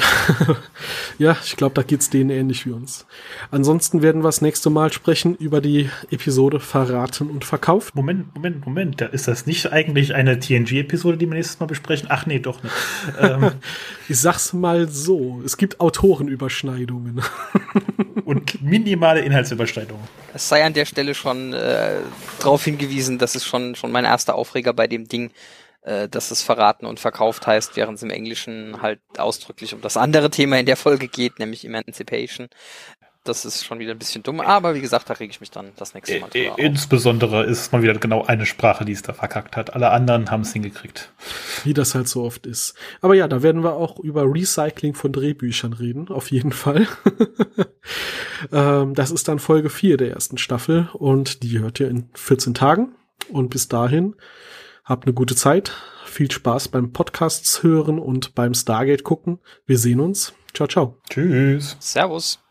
Ja, ich glaube, da geht's denen ähnlich wie uns. Ansonsten werden wir das nächste Mal sprechen über die Episode Verraten und Verkauft. Moment, Moment, Moment. Da ist das nicht eigentlich eine T N G-Episode, die wir nächstes Mal besprechen? Ach nee, doch nicht. ähm. Ich sag's mal so, es gibt Autorenüberschneidungen. Und minimale Inhaltsüberschneidungen. Es sei an der Stelle schon äh, darauf hingewiesen, das ist schon, schon mein erster Aufreger bei dem Ding, äh, dass es verraten und verkauft heißt, während es im Englischen halt ausdrücklich um das andere Thema in der Folge geht, nämlich Emancipation. Das ist schon wieder ein bisschen dumm, aber wie gesagt, da rege ich mich dann das nächste Mal drüber auf. Insbesondere ist es mal wieder genau eine Sprache, die es da verkackt hat. Alle anderen haben es hingekriegt. Wie das halt so oft ist. Aber ja, da werden wir auch über Recycling von Drehbüchern reden, auf jeden Fall. ähm, das ist dann Folge vier der ersten Staffel und die hört ihr in vierzehn Tagen. Und bis dahin, habt eine gute Zeit, viel Spaß beim Podcasts hören und beim Stargate gucken. Wir sehen uns. Ciao, ciao. Tschüss. Servus.